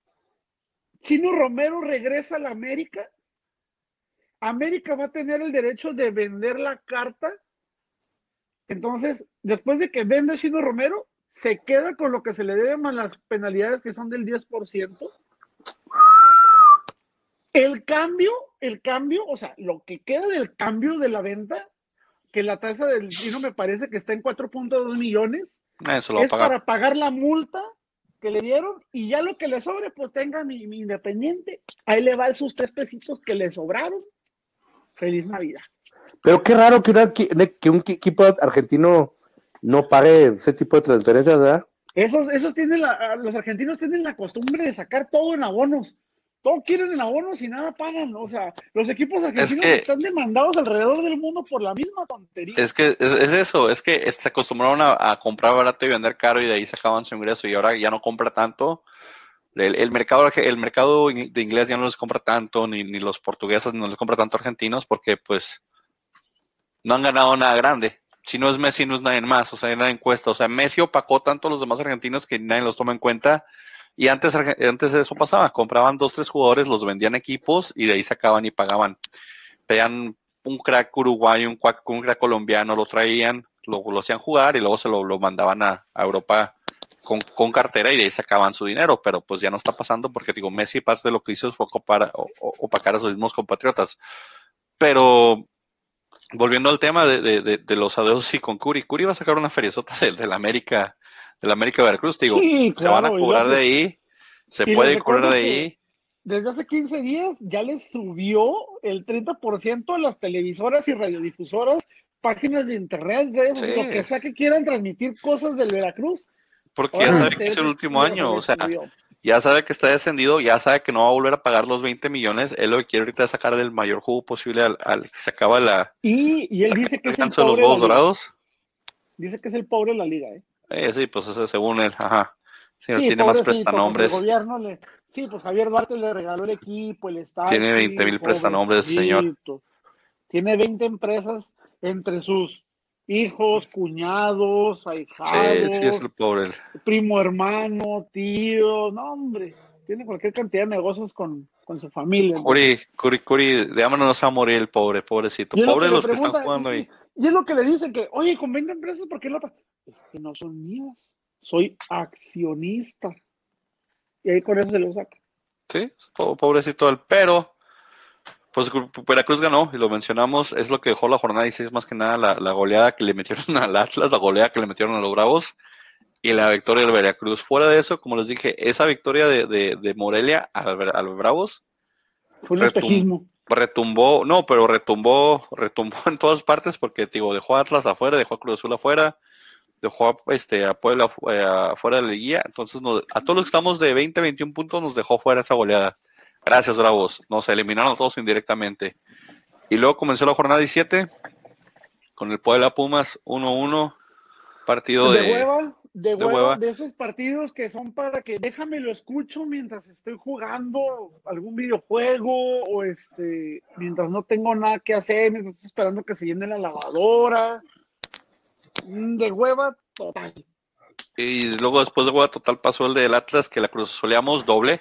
Chino Romero regresa a la América, América va a tener el derecho de vender la carta, entonces, después de que vende Chino Romero, se queda con lo que se le debe más las penalidades que son del diez por ciento. El cambio, el cambio, o sea, lo que queda del cambio de la venta, que la tasa del Chino me parece que está en cuatro punto dos millones,
Eso lo
es pagar. Para pagar la multa que le dieron y ya lo que le sobre, pues tenga mi, mi Independiente. Ahí le van sus tres pesitos que le sobraron. Feliz Navidad.
Pero qué raro que, una, que un equipo argentino no pague ese tipo de transferencias, ¿verdad?
Esos, esos tienen la, los argentinos tienen la costumbre de sacar todo en abonos. Todo quieren en abonos y nada pagan. O sea, los equipos argentinos es que, están demandados alrededor del mundo por la misma tontería.
Es que es, es eso, es que se acostumbraron a, a comprar barato y vender caro y de ahí sacaban su ingreso y ahora ya no compra tanto. El, el mercado el mercado de inglés ya no les compra tanto, ni, ni los portugueses no les compra tanto argentinos porque pues no han ganado nada grande. Si no es Messi, no es nadie más, o sea, hay una encuesta. O sea, Messi opacó tanto a los demás argentinos que nadie los toma en cuenta. Y antes, antes de eso pasaba, compraban dos, tres jugadores, los vendían equipos y de ahí sacaban y pagaban. Pedían un crack uruguayo, un crack, un crack colombiano, lo traían, lo, lo hacían jugar y luego se lo, lo mandaban a, a Europa con, con cartera y de ahí sacaban su dinero. Pero pues ya no está pasando porque, digo, Messi parte de lo que hizo fue opar, opacar a sus mismos compatriotas. Pero volviendo al tema de, de, de, de los adeudos y con Curi, Curi va a sacar una feriezota de, de la América, de la América Veracruz, digo,
sí,
claro, se van a cobrar de ahí, se puede cobrar de ahí.
Desde hace quince días ya les subió el treinta por ciento a las televisoras y radiodifusoras, páginas de internet, redes, sí. Lo que sea que quieran transmitir cosas del Veracruz.
Porque ya saben que es el último año, o sea, ya sabe que está descendido, ya sabe que no va a volver a pagar los veinte millones, él lo que quiere ahorita es sacar el mayor jugo posible al, al que se acaba la...
Y, y él dice que es el
de los
pobre de la
huevos
liga.
dorados.
Dice que es el pobre de la liga, ¿eh?
Eh, sí, pues eso según él, ajá. Sí,
Sí,
tiene más
pobrecito, pues el
prestanombres.
gobierno le... Sí, pues Javier Duarte le regaló el equipo, el estadio.
Tiene veinte mil prestanombres, señor.
Tiene veinte empresas entre sus hijos, cuñados, ahijados,
Sí, sí, es el pobre.
primo hermano, tío, no, hombre. Tiene cualquier cantidad de negocios con, con su familia.
Curi, Curi, Curi, de hambre no se va a morir el pobre, pobrecito. Pobre los que están jugando ahí.
Y es lo que le dicen que, oye, con veinte empresas, ¿por qué no? Es que no son mías. Soy accionista. Y ahí con eso se lo saca.
Sí, pobrecito el pero. Pues Veracruz ganó, y lo mencionamos, es lo que dejó la jornada dieciséis más que nada, la, la goleada que le metieron al Atlas, la goleada que le metieron a los Bravos, y la victoria del Veracruz. Fuera de eso, como les dije, esa victoria de, de, de Morelia a, a los Bravos
fue un retum, espejismo.
Retumbó, no, pero retumbó, retumbó en todas partes, porque digo, dejó a Atlas afuera, dejó a Cruz Azul afuera, dejó a, este, a Puebla afuera de la liguilla, entonces nos, a todos los que estamos de veinte, veintiún puntos nos dejó fuera esa goleada. Gracias, Bravos. Nos eliminaron todos indirectamente. Y luego comenzó la jornada diecisiete con el Puebla Pumas uno uno. Partido de...
De hueva, de, de hueva, hueva, de esos partidos que son para que déjame lo escucho mientras estoy jugando algún videojuego o este mientras no tengo nada que hacer, mientras estoy esperando que se llene la lavadora. De hueva total.
Y luego después de hueva total pasó el del Atlas, que la cruzazoleamos doble.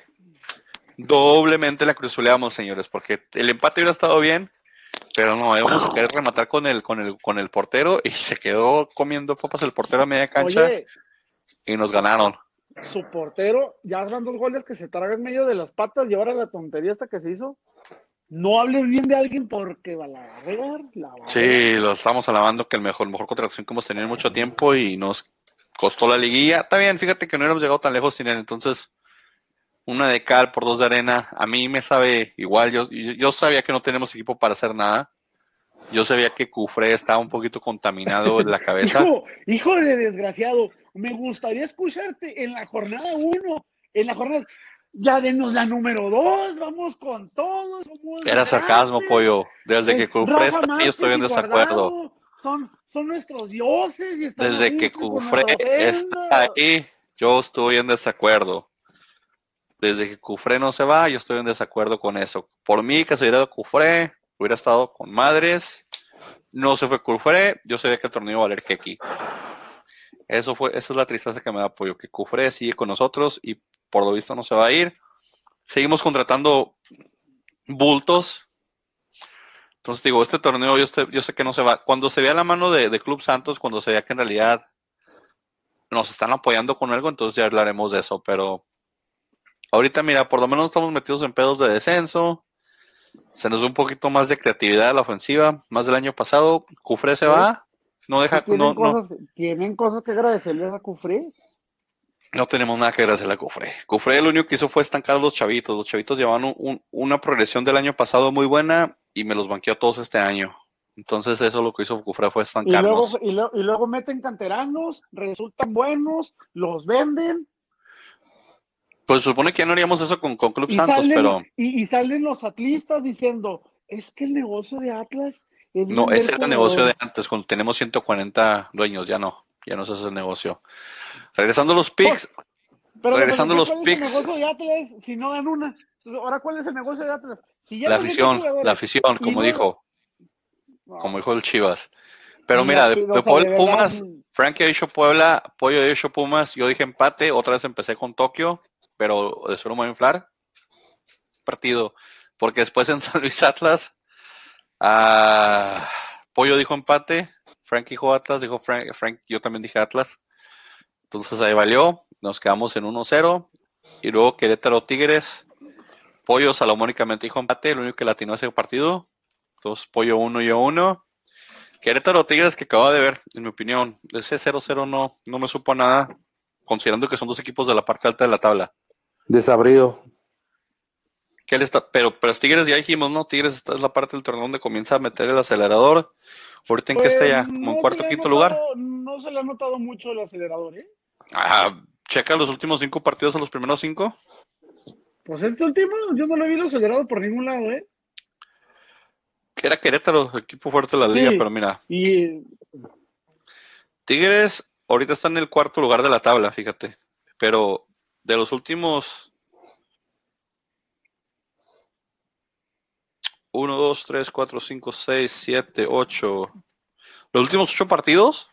Doblemente la cruzazoleamos, señores, porque el empate hubiera estado bien, pero no, íbamos a querer rematar con el, con el, con el portero y se quedó comiendo papas el portero a media cancha. Oye, y nos ganaron.
Su portero, ya van dos goles que se traga en medio de las patas y ahora la tontería esta que se hizo. No hables bien de alguien porque va a la regar, la va a
Sí, lo estamos alabando que el mejor, mejor contratación que hemos tenido en mucho tiempo y nos costó la liguilla. Está bien, fíjate que no hubiéramos llegado tan lejos sin él, entonces una de cal por dos de arena, a mí me sabe igual, yo, yo sabía que no tenemos equipo para hacer nada, yo sabía que Cufré estaba un poquito contaminado en la cabeza.
hijo, hijo de desgraciado, me gustaría escucharte en la jornada uno, en la jornada, ya denos la número dos, vamos con todos.
Era sarcasmo, pollo, desde eh, que Cufré está ahí estoy en desacuerdo.
Guardado, son, son nuestros dioses. Y
desde que Cufré está ahí, yo estoy en desacuerdo. Desde que Cufré no se va, yo estoy en desacuerdo con eso. Por mí, que se hubiera ido Cufré, hubiera estado con madres. No se fue Cufré, yo sabía que el torneo iba a valer Keki. Eso fue, esa es la tristeza que me da apoyo, que Cufré sigue con nosotros y por lo visto no se va a ir. Seguimos contratando bultos. Entonces digo, este torneo yo, este, yo sé que no se va. Cuando se vea la mano de, de Club Santos, cuando se vea que en realidad nos están apoyando con algo, entonces ya hablaremos de eso, pero ahorita, mira, por lo menos estamos metidos en pedos de descenso. Se nos da un poquito más de creatividad a la ofensiva, más del año pasado. Cufré se va. No deja,
¿Tienen,
no,
cosas,
no.
¿Tienen cosas que agradecerle a Cufré?
No tenemos nada que agradecerle a Cufré. Cufré lo único que hizo fue estancar a los chavitos. Los chavitos llevaban un, un, una progresión del año pasado muy buena y me los banqueó todos este año. Entonces eso lo que hizo Cufré fue estancarnos.
Y luego, y, lo, y luego meten canteranos, resultan buenos, los venden.
Pues se supone que ya no haríamos eso con, con Club Santos,
salen,
pero...
Y, y salen los atlistas diciendo, es que el negocio de Atlas es...
No, ese era el negocio de antes, cuando tenemos ciento cuarenta dueños, ya no, ya no es ese el negocio. Regresando a los picks,
pero,
regresando a los
¿cuál
picks...
es el negocio de Atlas si no dan una? Ahora, ¿cuál es el negocio de Atlas? Si ya
la afición, la afición, como no... dijo, no. como dijo el Chivas. Pero y mira, de, de Puebla de Pumas, Frankie ha dicho Puebla, Pollo ha dicho Pumas, yo dije empate, otra vez empecé con Tokio, pero de solo me voy a inflar partido, porque después en San Luis Atlas, uh, Pollo dijo empate, Frank dijo Atlas, dijo Frank, Frank, yo también dije Atlas, entonces ahí valió, nos quedamos en uno cero, y luego Querétaro Tigres, Pollo salomónicamente dijo empate, el único que latinó ese partido, entonces Pollo uno, yo uno, Querétaro Tigres que acabo de ver, en mi opinión, ese cero cero no, no me supo nada, considerando que son dos equipos de la parte alta de la tabla.
Desabrido.
¿Qué le está? Pero, pero Tigres ya dijimos, ¿no? Tigres esta es la parte del torneo donde comienza a meter el acelerador. Ahorita en pues, que está ya, como no en cuarto o quinto
notado,
lugar.
No se le ha notado mucho el acelerador, ¿eh?
Ah, checa los últimos cinco partidos a los primeros cinco.
Pues este último, yo no lo vi acelerado por ningún lado, ¿eh?
Que era Querétaro, equipo fuerte de la liga,
Sí,
pero mira.
Y
Tigres ahorita está en el cuarto lugar de la tabla, fíjate. Pero de los últimos uno, dos, tres, cuatro, cinco, seis, siete, ocho. Los últimos ocho partidos,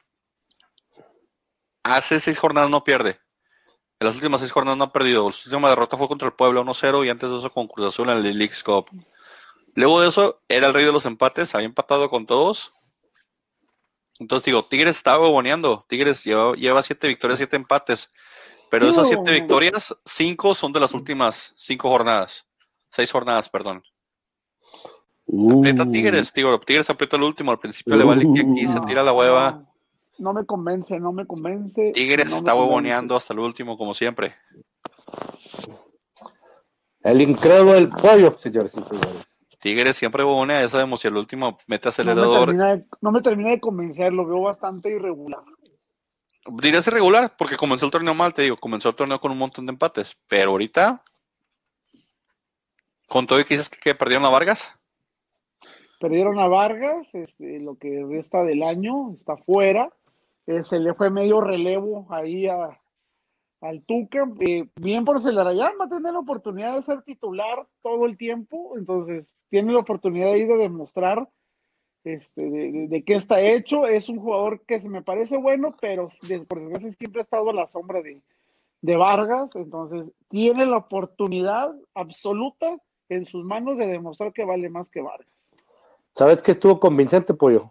hace seis jornadas no pierde. En las últimas seis jornadas no ha perdido. La última derrota fue contra el Puebla uno cero y antes de eso con Cruz Azul en el Leagues Cup. Luego de eso, era el rey de los empates, había empatado con todos. Entonces digo, Tigres estaba boboneando. Tigres lleva, lleva siete victorias, siete empates. Pero esas siete victorias, cinco son de las últimas cinco jornadas. Seis jornadas, perdón. Uh. Aprieta Tigres, digo, Tigres aprieta el último. Al principio uh. le vale que aquí se tira la hueva.
No, no me convence, no me convence.
Tigres
no
está boboneando hasta el último, como siempre.
El incrédulo del pollo, señores y señores.
Tigres siempre bobonea, ya sabemos, si el último mete acelerador.
No me, termina de, no me termina de convencer, lo veo bastante irregular.
Dirías irregular, porque comenzó el torneo mal, te digo, comenzó el torneo con un montón de empates, pero ahorita, con todo y que dices que, que perdieron a Vargas.
Perdieron a Vargas, este, lo que resta del año, está fuera, eh, se le fue medio relevo ahí a, al Tuca, eh, bien por Celarayán, va a tener la oportunidad de ser titular todo el tiempo, entonces tiene la oportunidad ahí de demostrar este, de, de, de qué está hecho. Es un jugador que se me parece bueno, pero de, por desgracia siempre ha estado a la sombra de, de Vargas, entonces tiene la oportunidad absoluta en sus manos de demostrar que vale más que Vargas.
¿Sabes qué estuvo convincente, Pollo?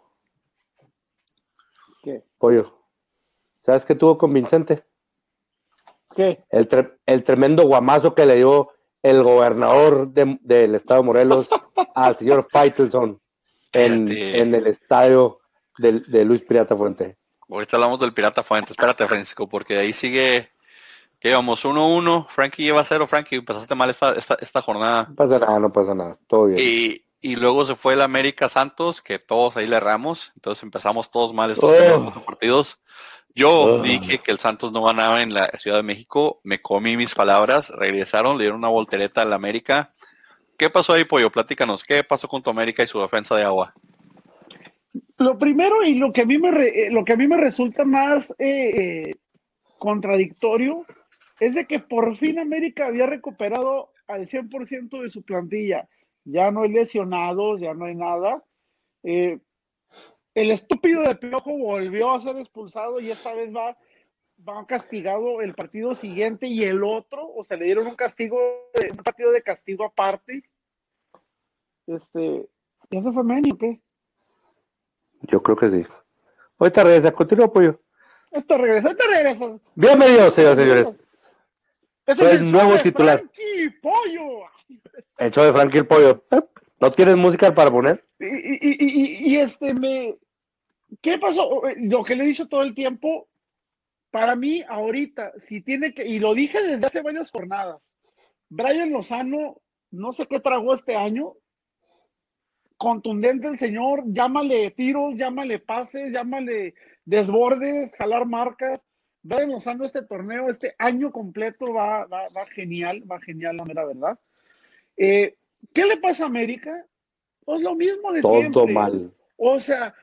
¿Qué?
Pollo. ¿Sabes qué estuvo convincente?
¿Qué?
El, tre- el tremendo guamazo que le dio el gobernador de, del estado de Morelos al señor Faitelson en, en el estadio de, de Luis Pirata Fuente.
Ahorita hablamos del Pirata Fuente. Espérate, Francisco, porque de ahí sigue. Que íbamos uno uno. Frankie lleva cero. Frankie, empezaste mal esta, esta, esta jornada.
No pasa nada, no pasa nada. Todo bien.
Y, y luego se fue el América Santos, que todos ahí le erramos. Entonces empezamos todos mal estos oh. partidos. Yo oh. dije que el Santos no ganaba en la Ciudad de México, me comí mis palabras, regresaron, le dieron una voltereta al América. ¿Qué pasó ahí, Pollo? Platícanos, ¿qué pasó con tu América y su defensa de agua?
Lo primero y lo que a mí me, re, lo que a mí me resulta más eh, eh, contradictorio es de que por fin América había recuperado al cien por ciento de su plantilla. Ya no hay lesionados, ya no hay nada. Eh, El estúpido de Piojo volvió a ser expulsado y esta vez va, va castigado el partido siguiente y el otro, o sea, le dieron un castigo, un partido de castigo aparte. Este, ¿ya se fue Manny o qué?
Yo creo que sí. Ahorita regresa, continúa, Pollo.
Ahorita regresa, ahorita regresa.
Bienvenidos, señores, señores.
Este es el
nuevo
show
titular.
de Frankie Pollo.
El show de Frankie el Pollo. ¿No tienes música para poner?
Y, y, y, y este me... ¿Qué pasó? Lo que le he dicho todo el tiempo, para mí ahorita, si tiene que, y lo dije desde hace varias jornadas, Brian Lozano, no sé qué tragó este año, contundente el señor, llámale tiros, llámale pases, llámale desbordes, jalar marcas. Brian Lozano este torneo, este año completo va, va, va genial, va genial, la mera verdad. Eh, ¿Qué le pasa a América? Pues lo mismo de
Todo
siempre.
Todo mal.
O sea,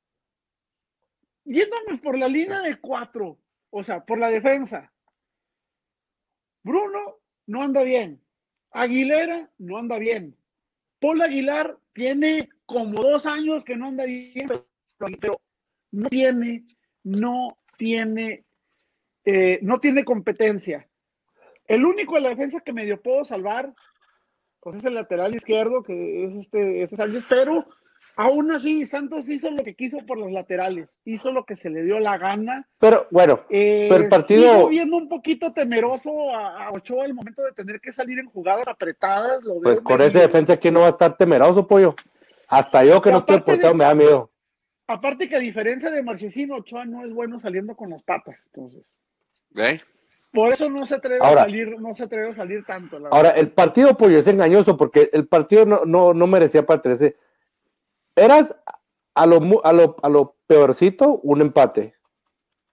yéndome por la línea de cuatro, o sea, por la defensa. Bruno no anda bien. Aguilera no anda bien. Paul Aguilar tiene como dos años que no anda bien, pero no tiene, no tiene, eh, no tiene competencia. El único de la defensa que medio puedo salvar, pues es el lateral izquierdo, que es este, este Sánchez, pero aún así, Santos hizo lo que quiso por los laterales, hizo lo que se le dio la gana.
Pero bueno,
eh,
pero el partido.
Sigo viendo un poquito temeroso a, a Ochoa al momento de tener que salir en jugadas apretadas. Lo
pues
veo
con
medio...
ese defensa, ¿quién no va a estar temeroso, Pollo? Hasta yo que no estoy portado de... me da miedo.
Aparte que a diferencia de Marchesín, Ochoa no es bueno saliendo con las patas, entonces.
¿Eh?
Por eso no se atreve ahora, a salir, no se atreve a salir tanto. La
ahora, el partido, Pollo, es engañoso porque el partido no, no, no merecía para trece. Eras a lo, a lo, a lo peorcito un empate.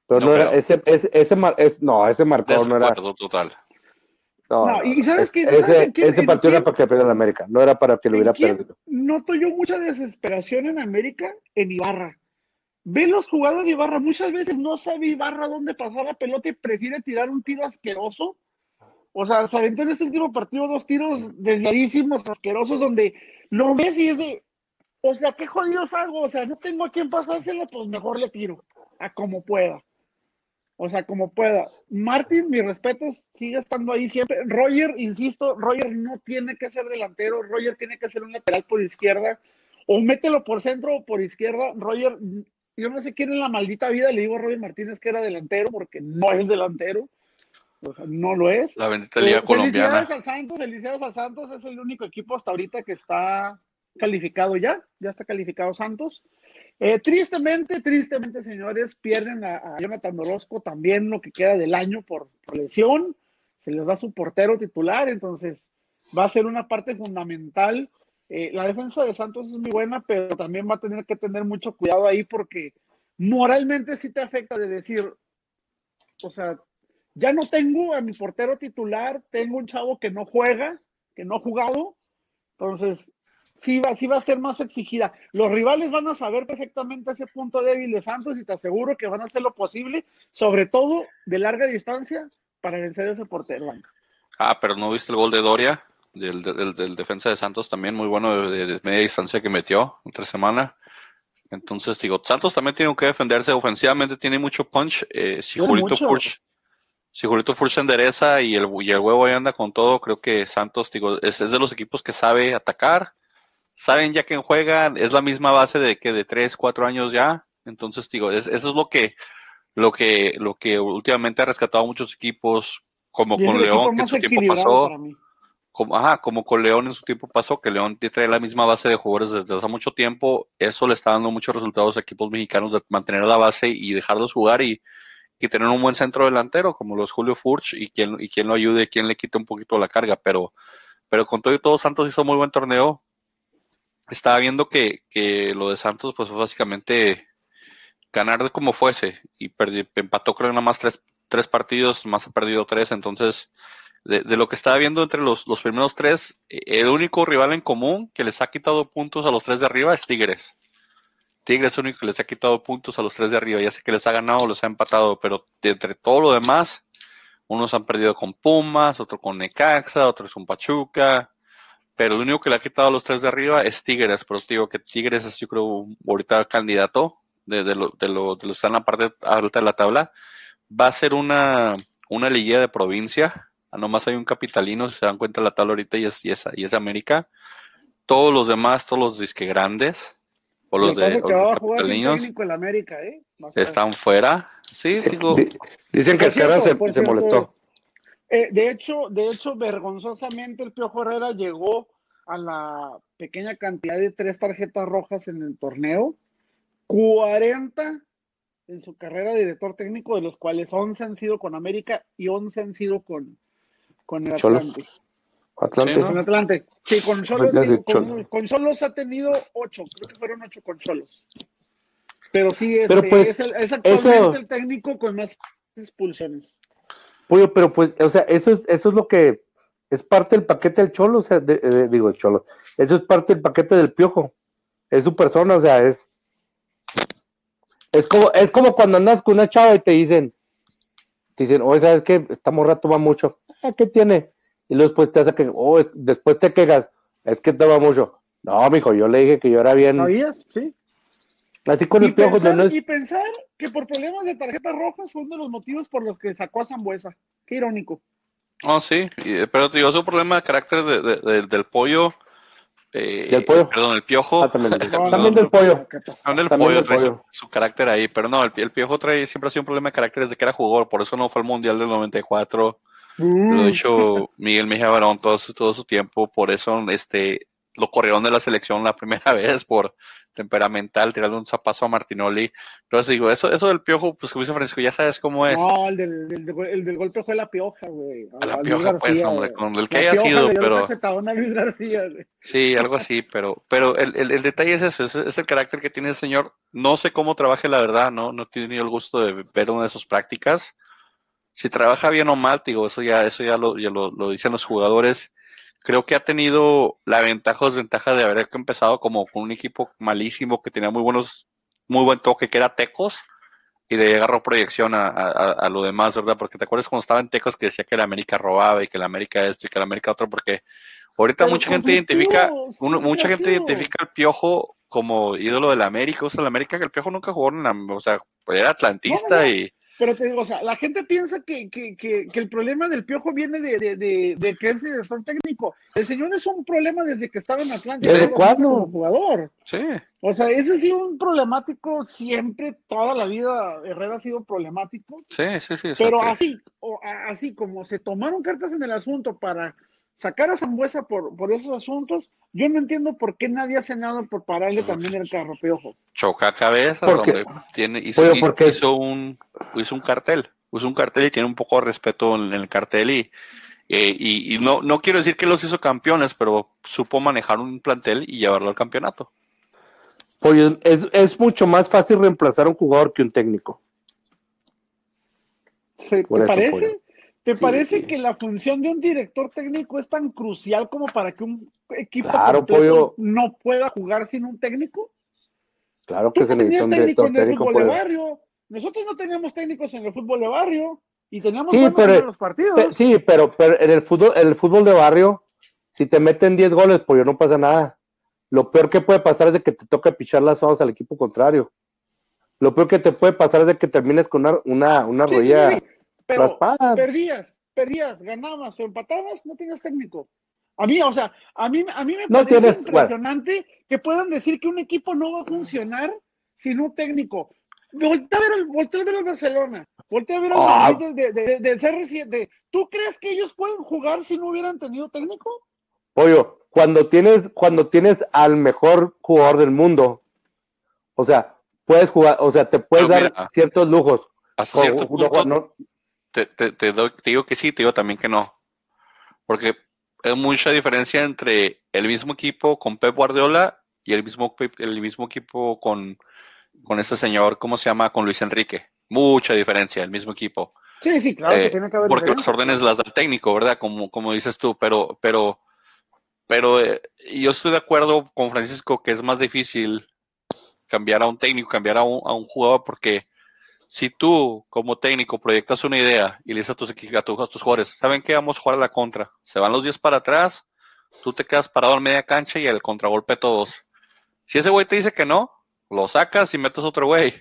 Pero no, no era, ese, ese, ese, mar, es, no, ese marcador no era.
Total.
No,
no, y sabes que
ese, ese partido era para que perdiera la América, no era para que lo hubiera perdido.
Noto yo mucha desesperación en América, en Ibarra. Ve los jugadores de Ibarra, muchas veces no sabe Ibarra dónde pasar la pelota y prefiere tirar un tiro asqueroso. O sea, se aventó en este último partido dos tiros desviadísimos, asquerosos, donde lo ves y es de, o sea, qué jodidos hago, o sea, no tengo a quién pasárselo, pues mejor le tiro, a como pueda. O sea, como pueda. Martín, mis respetos, sigue estando ahí siempre. Roger, insisto, Roger no tiene que ser delantero, Roger tiene que ser un lateral por izquierda, o mételo por centro o por izquierda. Roger, yo no sé quién en la maldita vida le digo a Roger Martínez que era delantero, porque no es delantero. O sea, no lo es.
La bendita liga eh, colombiana.
Felicidades al Santos, felicidades al Santos, es el único equipo hasta ahorita que está calificado ya, ya está calificado Santos. Eh, tristemente, tristemente, señores, pierden a, a Jonathan Orozco también lo que queda del año por, por lesión, se les da su portero titular, entonces va a ser una parte fundamental. Eh, la defensa de Santos es muy buena, pero también va a tener que tener mucho cuidado ahí porque moralmente sí te afecta de decir, o sea, ya no tengo a mi portero titular, tengo un chavo que no juega, que no ha jugado, entonces sí va, sí va a ser más exigida. Los rivales van a saber perfectamente ese punto débil de Santos y te aseguro que van a hacer lo posible, sobre todo de larga distancia, para vencer a ese portero.
Ah, pero ¿no viste el gol de Doria? Del, del, del defensa de Santos también, muy bueno de, de media distancia que metió entre semana. Entonces, digo, Santos también tiene que defenderse ofensivamente, tiene mucho punch. Eh, si Julito Furch Si Julito Furch se endereza y el, y el huevo ahí anda con todo, creo que Santos, digo, es, es de los equipos que sabe atacar, saben ya quién juega, es la misma base de que de tres, cuatro años ya, entonces digo, es, eso es lo que, lo que, lo que últimamente ha rescatado a muchos equipos, como con León, que en su tiempo pasó, como, ajá, como con León en su tiempo pasó, que León trae la misma base de jugadores desde hace mucho tiempo, eso le está dando muchos resultados a equipos mexicanos de mantener la base y dejarlos jugar y y tener un buen centro delantero como los Julio Furch y quien, y quien lo ayude, quien le quite un poquito la carga, pero, pero con todo y todo Santos hizo muy buen torneo. Estaba viendo que, que lo de Santos pues fue básicamente ganar de como fuese y perdi, empató creo nada más tres, tres partidos, más ha perdido tres, entonces de, de lo que estaba viendo entre los, los primeros tres, el único rival en común que les ha quitado puntos a los tres de arriba es Tigres. Tigres es el único que les ha quitado puntos a los tres de arriba, ya sé que les ha ganado o les ha empatado, pero de entre todo lo demás, unos han perdido con Pumas, otro con Necaxa, otros con Pachuca, pero el único que le ha quitado a los tres de arriba es Tigres, pero digo que Tigres es yo creo ahorita candidato de, de, lo, de, lo, de los que están en la parte alta de la tabla, va a ser una, una liguilla de provincia, nomás hay un capitalino, si se dan cuenta de la tabla ahorita y es, y es, y es América, todos los demás, todos los disque grandes, o los de, o los capitalinos
¿eh?
están fuera. Sí, digo.
Dicen que Escarra se, se molestó.
Eh, de hecho, de hecho, vergonzosamente el Piojo Herrera llegó a la pequeña cantidad de tres tarjetas rojas en el torneo, cuarenta en su carrera de director técnico, de los cuales once han sido con América y once han sido con, con el Atlante.
Atlante.
Sí, ¿no? Con Atlante. Sí, con Cholos, digo, con, con Cholos ha tenido ocho, creo que fueron ocho con Cholos. Pero sí, este, pero pues, es, el, es actualmente eso, el técnico con más expulsiones.
Pollo, pero pues, o sea, eso es, eso es lo que es parte del paquete del Cholo, o sea, de, de, digo, el Cholo, eso es parte del paquete del Piojo, es su persona, o sea, es es como, es como cuando andas con una chava y te dicen, te dicen, oye, ¿sabes qué? Esta morra toma mucho, ¿ah, qué tiene? Y luego después te hace que, oh, después te quejas, es que toma mucho. No, mijo, yo le dije que yo era bien.
¿Sabías? Sí.
Así con
y
el Piojo.
Pensar,
no es...
Y pensar que por problemas de tarjetas rojas fue uno de los motivos por los que sacó a Sambuesa. Qué irónico.
Oh, sí, pero te digo, es un problema de carácter de, de, de, del pollo. Eh,
¿Del pollo?
Perdón, el Piojo.
Ah, también, no, también del pollo.
También del pollo, del pollo. Su, su carácter ahí, pero no, el, el Piojo trae, siempre ha sido un problema de carácter desde que era jugador, por eso no fue al Mundial del noventa y cuatro. Mm. Lo ha hecho Miguel Mejía Barón todo su, todo su tiempo, por eso este lo corrieron de la selección la primera vez por temperamental, tirando un zapazo a Martinoli. Entonces digo, eso eso del Piojo, pues como dice Francisco, ya sabes cómo es.
No, el del, del, del, el del golpe fue la Pioja, güey.
A la
A Luis
Pioja, pues,
García,
hombre,
güey.
con el que
La
haya
Pioja
sido,
le dio
pero...
un cachetadón a Luis García, güey.
Sí, algo así, pero pero el, el, el detalle es ese, es, es el carácter que tiene el señor. No sé cómo trabaje, la verdad, no no he tenido el gusto de ver una de sus prácticas. Si trabaja bien o mal, digo, eso ya eso ya lo ya lo, lo dicen los jugadores. Creo que ha tenido la ventaja o desventaja de haber empezado como con un equipo malísimo que tenía muy buenos, muy buen toque, que era Tecos, y de agarró proyección a, a, a lo demás, ¿verdad? Porque te acuerdas cuando estaba en Tecos que decía que la América robaba y que la América esto y que la América otro, porque ahorita
Pero
mucha gente identifica, uno,
siempre
mucha
ha
gente
sido.
identifica al Piojo como ídolo de la América, o sea, la América, que el Piojo nunca jugó en la, o sea, pues era
No, no,
atlantista
no.
y
Pero te digo, o sea, la gente piensa que, que, que, que el problema del Piojo viene de, de, de, de que es director técnico. El señor es un problema desde que estaba en Atlanta y
¿Desde
todos los meses como
cuándo?
jugador.
sí,
O sea, ese ha sido un problemático siempre, toda la vida. Herrera ha sido problemático.
sí, sí, sí, o sea,
Pero
te-
así, o, a- así como se tomaron cartas en el asunto para sacar a Zambuesa por, por esos asuntos, yo no entiendo por qué nadie hace nada por pararle también el carro Piojo.
choca cabezas,
Porque,
hombre, tiene, hizo,
pollo, porque es,
hizo un, hizo un cartel, hizo un cartel y tiene un poco de respeto en, en el cartel y, eh, y, y no, no quiero decir que los hizo campeones, pero supo manejar un plantel y llevarlo al campeonato.
pollo, es, es mucho más fácil reemplazar a un jugador que un técnico.
¿Se-
Por
¿Te
eso,
parece?
pollo.
¿Te
Sí,
parece que la función de un director técnico es tan crucial como para que un equipo
claro,
completo
pollo,
no pueda jugar sin un técnico?
claro
Tú
que se
no
necesita
tenías
un
técnico
director
en el
técnico,
fútbol de
pollo.
barrio, nosotros no teníamos técnicos en el fútbol de barrio y teníamos
Sí,
buenos en
pero,
los
pe-
partidos.
sí, pero, pero en el fútbol, en el fútbol de barrio, si te meten diez goles, pollo, no pasa nada. Lo peor que puede pasar es de que te toque pichar las alas al equipo contrario. Lo peor que te puede pasar es de que termines con una, una, una
Sí, sí, sí,
rodilla
sí. Pero
raspada.
perdías, perdías, ganabas o empatabas, no tenías técnico. A mí, o sea, a mí, a mí me
No
parece
tienes, bueno,
impresionante que puedan decir que un equipo no va a funcionar sin un técnico. Voltea a ver el, voltea a ver el Barcelona, voltea a ver el Madrid
ah,
de, de, de, del C R siete. ¿Tú crees que ellos pueden jugar si no hubieran tenido técnico?
pollo, cuando tienes, cuando tienes al mejor jugador del mundo, o sea, puedes jugar, o sea, te puedes
Pero
dar
mira,
ciertos lujos.
hasta
Con-
cierto
no,
punto
no,
te, te, te, doy- te digo que sí, te digo también que no, porque hay mucha diferencia entre el mismo equipo con Pep Guardiola y el mismo, Pep- el mismo equipo con, con ese señor, ¿cómo se llama? Con Luis Enrique. Mucha diferencia, el mismo equipo.
Sí, sí, claro que
Eh,
tiene que haber
porque las
diferencia.
órdenes las da el técnico, ¿verdad? Como, como dices tú, pero, pero, pero eh, yo estoy de acuerdo con Francisco que es más difícil cambiar a un técnico, cambiar a un, a un jugador, porque si tú como técnico proyectas una idea y le dices a tus, equi- a tus, a tus jugadores, ¿saben qué? Vamos a jugar a la contra. Se van los diez para atrás, tú te quedas parado en media cancha y el contragolpe todos. Si ese güey te dice que no, lo sacas y metes otro güey.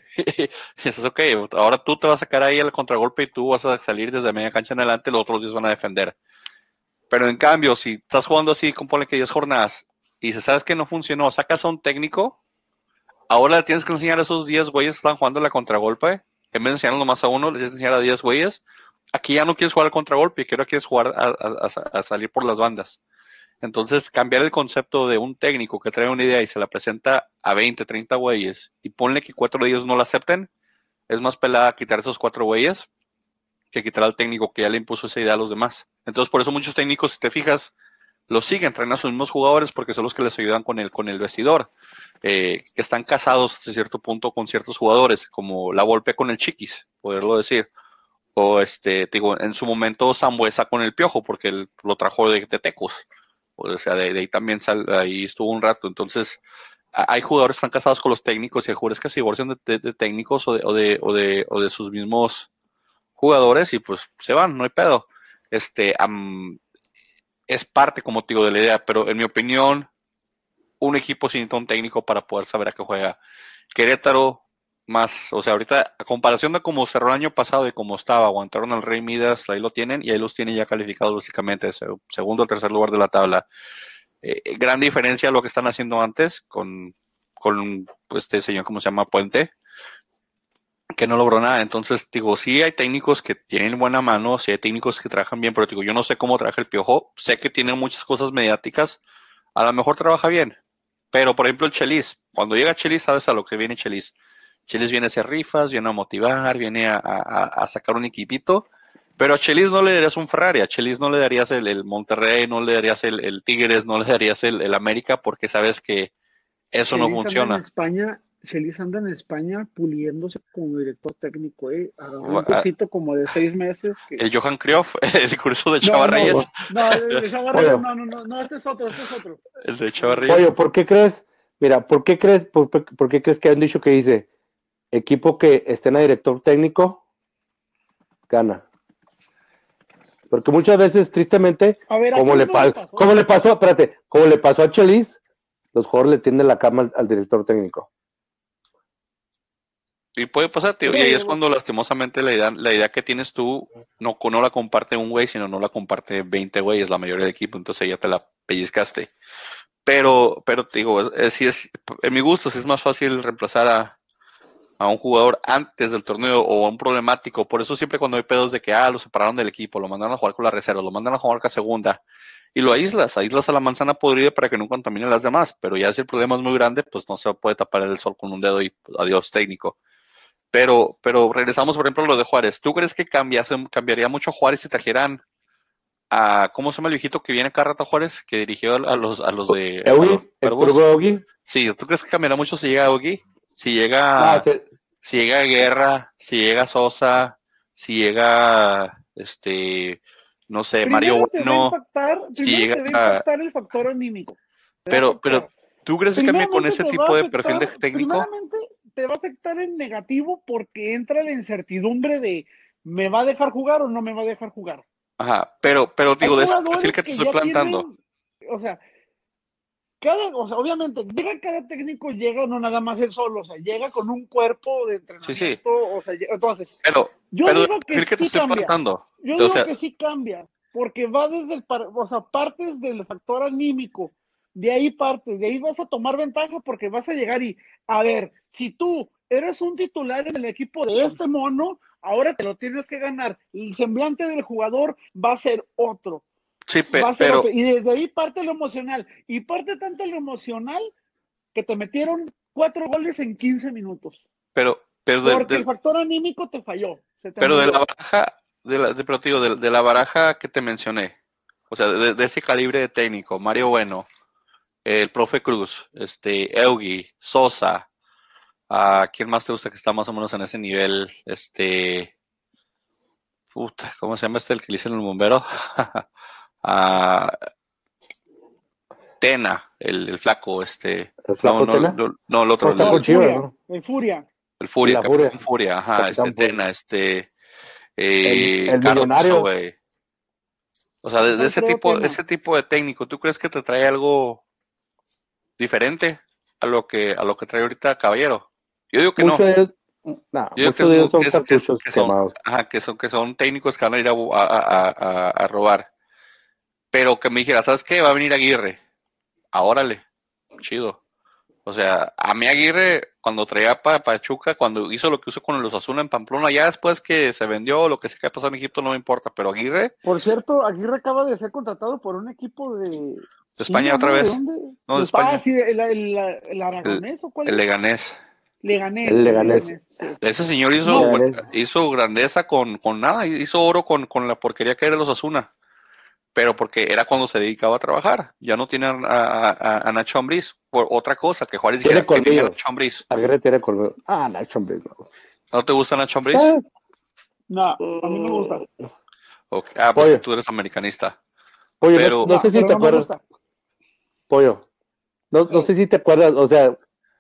Y eso es ok. Ahora tú te vas a sacar ahí al contragolpe y tú vas a salir desde media cancha en adelante, los otros diez van a defender. Pero en cambio, si estás jugando así, compone que diez jornadas y si sabes que no funcionó, sacas a un técnico, ahora le tienes que enseñar a esos diez güeyes que están jugando la contragolpe. En vez de enseñarlo nomás a uno, le tienes que enseñar a diez güeyes. Aquí ya no quieres jugar al contragolpe, que ahora quieres jugar a, a, a salir por las bandas. Entonces, cambiar el concepto de un técnico que trae una idea y se la presenta a veinte, treinta güeyes y ponle que cuatro de ellos no la acepten, es más pelada quitar esos cuatro güeyes que quitar al técnico que ya le impuso esa idea a los demás. Entonces, por eso muchos técnicos, si te fijas, los siguen, traen a sus mismos jugadores porque son los que les ayudan con el, con el vestidor, eh, que están casados hasta cierto punto con ciertos jugadores, como la Volpe con el Chiquis, poderlo decir. O este, digo, en su momento Sambuesa con el Piojo, porque él lo trajo de, de Tecos. O sea, de, de ahí también sal, ahí estuvo un rato. Entonces, a, hay jugadores que están casados con los técnicos y hay jugadores que se divorcian de, de, de técnicos o de, o, de, o, de, o de sus mismos jugadores y pues se van, no hay pedo. Este, um, es parte, como te digo, de la idea, pero en mi opinión, un equipo sin un técnico para poder saber a qué juega. Querétaro, más, o sea, ahorita, a comparación de cómo cerró el año pasado y cómo estaba, aguantaron al Rey Midas, ahí lo tienen, y ahí los tienen ya calificados básicamente, segundo o tercer lugar de la tabla. Eh, gran diferencia a lo que están haciendo antes con, con pues, este señor, ¿cómo se llama? Puente, que no logró nada. Entonces, digo, sí hay técnicos que tienen buena mano, sí hay técnicos que trabajan bien, pero digo, yo no sé cómo trabaja el Piojo, sé que tiene muchas cosas mediáticas, a lo mejor trabaja bien. Pero, por ejemplo, el Chelis, cuando llega Chelis, sabes a lo que viene Chelis. Chelis viene a hacer rifas, viene a motivar, viene a, a, a sacar un equipito. Pero a Chelis no le darías un Ferrari, a Chelis no le darías el, el Monterrey, no le darías el, el Tigres, no le darías el, el América, porque sabes que eso
Chelis
no funciona.
Anda en España, Chelis anda en España puliéndose como director técnico, ¿eh? Agarró un cursito como de seis meses. Que...
El Johan Cruyff, el curso de Chava
no,
Reyes.
No, no, el de Chava Reyes, no, no, no, no, este es otro, este es otro.
El de Chava Reyes.
Oye, ¿por qué crees? Mira, ¿por qué crees, por, por qué crees que han dicho que dice equipo que estén a director técnico gana? Porque muchas veces, tristemente, ver, como, le pa- pasó? como le pasó, espérate, como le pasó a Chelis, los jugadores le tienden la cama al, al director técnico.
Y puede pasar, tío, y ahí es cuando lastimosamente la idea, la idea que tienes tú no, no la comparte un güey, sino no la comparte veinte güeyes, la mayoría del equipo, entonces ya te la pellizcaste. Pero, pero te digo, es, es, es, en mi gusto, si es más fácil reemplazar a, a un jugador antes del torneo o a un problemático. Por eso siempre cuando hay pedos de que, ah, lo separaron del equipo, lo mandaron a jugar con la reserva, lo mandan a jugar con la segunda, y lo aíslas, aíslas a la manzana podrida para que no contamine a las demás. Pero ya si el problema es muy grande, pues no se puede tapar el sol con un dedo y pues, adiós técnico. Pero, pero regresamos, por ejemplo, a lo de Juárez. ¿Tú crees que cambiase, cambiaría mucho Juárez si trajeran a, ¿cómo se llama el viejito que viene cada rato a Juárez? Que dirigió a los, a los de
Eugi.
Sí, ¿tú crees que cambiará mucho si llega Eugi? Si llega, ah, sí. si llega Guerra, si llega Sosa, si llega, este, no sé,
primero
Mario
te
Bueno.
Va a impactar,
si
primero
llega,
te va a impactar el factor anímico.
Pero, pero, ¿tú crees que cambie con ese tipo afectar, de perfil de técnico?
Primeramente te va a afectar en negativo porque entra la incertidumbre de ¿me va a dejar jugar o no me va a dejar jugar?
Ajá, pero, pero digo, de ese perfil que te que estoy plantando.
Tienen, o sea, cada, o sea, obviamente, llega cada técnico, llega no nada más él solo, o sea, llega con un cuerpo de entrenamiento, sí, sí. o sea, entonces,
pero,
yo
pero
digo que,
que
sí
te
cambia,
plantando.
yo
o
digo
sea,
que sí cambia, porque va desde el, o sea, partes del factor anímico, de ahí partes, de ahí vas a tomar ventaja porque vas a llegar y, a ver, si tú eres un titular en el equipo de este mono, ahora te lo tienes que ganar, el semblante del jugador va a ser otro.
Sí, pe pero...
Otro. Y desde ahí parte lo emocional. Y parte tanto lo emocional que te metieron cuatro goles en quince minutos.
Pero, pero
de, Porque
de,
el factor anímico te falló. Se te
pero
murió.
de la baraja, de la, de, pero tío, de, de la baraja que te mencioné, o sea, de, de ese calibre de técnico, Mario Bueno, el profe Cruz, este, Eugi, Sosa, ¿a quién más te gusta que está más o menos en ese nivel? Este, puta, ¿cómo se llama este el que le dicen el bombero? a Tena, el, el flaco, este,
¿El flaco
no,
Tena?
no, no, el otro,
no,
el,
el, Furia, ¿no? el Furia,
el Furia,
la
Capitán
Furia,
Furia, ajá,
Capitán
este
Furia.
Tena, este, eh,
el, el millonario,
güey. O sea, de, de ese tipo, Tena. ese tipo de técnico, ¿tú crees que te trae algo diferente a lo que, a lo que trae ahorita Caballero? Yo digo que
Mucho
no.
De ellos, nah,
Yo
muchos de ellos son
es,
cartuchos
que, que son,
quemados.
Ajá, que son, que son técnicos que van a ir a, a, a, a robar. Pero que me dijera, ¿sabes qué? Va a venir Aguirre. Ah, órale, chido. O sea, a mí Aguirre, cuando traía para Pachuca, cuando hizo lo que hizo con los Osasuna en Pamplona, ya después que se vendió, lo que se haya pasado en Egipto, no me importa, pero Aguirre...
Por cierto, Aguirre acaba de ser contratado por un equipo de...
¿De España otra
¿no?
vez?
¿De dónde?
No, de España.
Ah, sí, el, el, el Aragonés,
el,
¿o cuál
el
es?
Leganés.
Leganés.
El Leganés.
Leganés sí.
Ese señor hizo, no, hizo grandeza con, con nada, hizo oro con, con la porquería que era los Osasuna. Pero porque era cuando se dedicaba a trabajar. Ya no tiene a, a, a Nacho Ambriz por otra cosa, que Juárez dijera que tenía Nacho Ambriz.
Aguirre tiene colmillo. Ah, Nacho Ambriz. No.
¿No te gusta Nacho Ambriz?
¿Eh? No, a mí no me gusta.
Okay. Ah, pues Oye. tú eres americanista.
Oye,
pero,
no, no sé si
no,
te
no
acuerdas. Pollo. No, no sé si te acuerdas, o sea,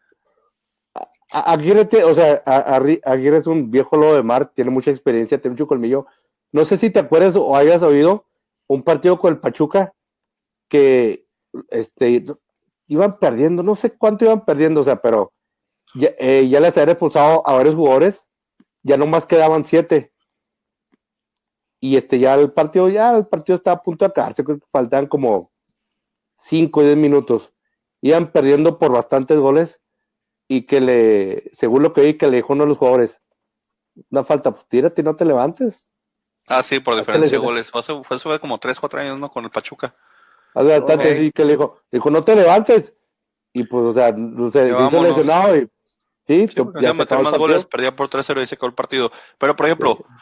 Aguirre, te, o sea, Aguirre es un viejo lobo de mar, tiene mucha experiencia, tiene mucho colmillo. No sé si te acuerdas o hayas oído un partido con el Pachuca que este iban perdiendo, no sé cuánto iban perdiendo, o sea, pero ya, eh, ya les habían expulsado a varios jugadores, ya nomás quedaban siete. Y este ya el partido, ya el partido estaba a punto de acabarse, creo que faltaban como cinco o diez minutos. Iban perdiendo por bastantes goles y que le, según lo que vi, que le dijo uno de los jugadores, una falta, pues tírate y no te levantes.
Ah, sí, por diferencia de goles. Fue hace como tres, cuatro años, ¿no? Con el Pachuca.
Hace bastante
Ok.
sí que le dijo, dijo, no te levantes. Y pues, o sea, se, se
Ya
hizo
vámonos.
lesionado y sí,
Sí,
tú-
porque
ya
hacía
se
meter
acabó el
más goles,
partido.
perdía por tres cero y se acabó el partido. Pero, por
Sí,
ejemplo,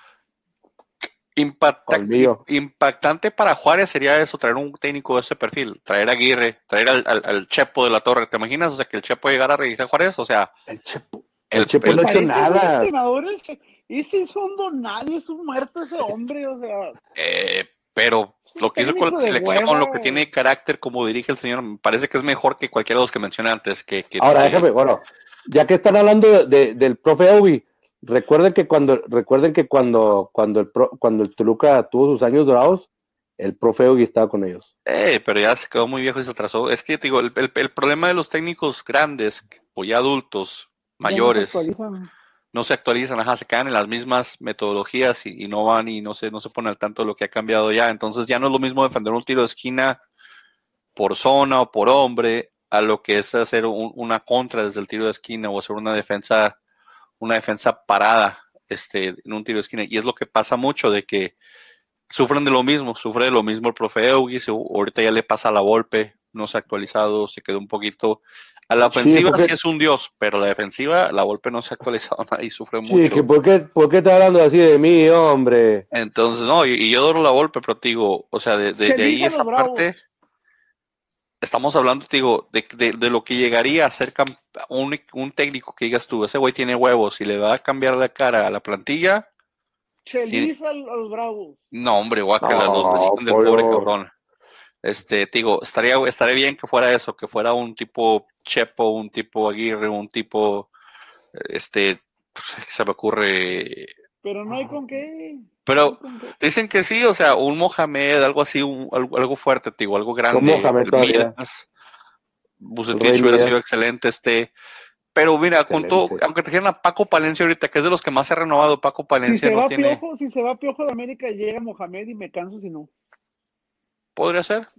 impacta, im-
olvido.
impactante para Juárez sería eso, traer un técnico de ese perfil, traer a Aguirre, traer al, al, al Chepo de la Torre. ¿Te imaginas? O sea, que el Chepo llegara a regir a Juárez. O sea,
El Chepo, el
el,
Chepo
Me
no
el,
ha hecho
parece buen
nada.
entrenador. Ese, ese es un don nadie, es un muerto ese hombre, o sea,
eh, pero
es un
lo que hizo con la
técnico de
selección, lo que
hueva.
tiene carácter, como dirige el señor, me parece que es mejor que cualquiera de los que mencioné antes. Que, que,
Ahora,
que
déjame, bueno, ya que están hablando de, de- del profe Obi, recuerden que cuando, recuerden que cuando, cuando el pro- cuando el Toluca tuvo sus años dorados, el profe Obi estaba con ellos.
Eh, pero ya se quedó muy viejo y se atrasó. Es que te digo, el, el, el problema de los técnicos grandes o ya adultos,
Ya no se
mayores,
actualizan.
no se actualizan, ajá, se quedan en las mismas metodologías y, y no van y no se, no se ponen al tanto de lo que ha cambiado ya. Entonces ya no es lo mismo defender un tiro de esquina por zona o por hombre a lo que es hacer un, una contra desde el tiro de esquina o hacer una defensa, una defensa parada este, en un tiro de esquina. Y es lo que pasa mucho de que sufren de lo mismo, sufre de lo mismo el profe Eugui, ahorita ya le pasa a la Volpe, no se ha actualizado, se quedó un poquito. A la
Sí,
ofensiva sí
porque,
es un dios, pero a la defensiva la Volpe no se ha actualizado nada y sufre
sí, que
mucho.
¿por qué, por qué está hablando así de mí, hombre?
Entonces, no, y, y yo adoro la Volpe, pero te digo, o sea, de, de, de ahí
Cheliza a
esa
los
parte,
Bravos.
estamos hablando, te digo, de, de, de lo que llegaría a ser un, un técnico que digas tú, ese güey tiene huevos y le va a cambiar la cara a la plantilla. Tiene,
Cheliza a los Bravos.
no, hombre, guácala, los
No,
descienden del pobre
pollo.
cabrón. Este, te digo, estaría, estaría bien que fuera eso, que fuera un tipo Chepo, un tipo Aguirre, un tipo, este, pues, se me ocurre.
Pero no hay con qué. No hay
Pero
con qué.
dicen que sí, o sea, un Mohamed, algo así, un- algo, algo fuerte, te digo, algo
Con
grande.
Mohamed
El
todavía.
Midas,
El Rey
Bucetich hubiera sido
Midas.
excelente, este. Pero mira, con todo,
Excelente.
aunque trajeran a Paco Palencia ahorita, que es de los que más se ha renovado, Paco
Si
Palencia
se
no
va
tiene.
Piojo, si se va Piojo de América, llega Mohamed y me canso si no.
¿Podría ser?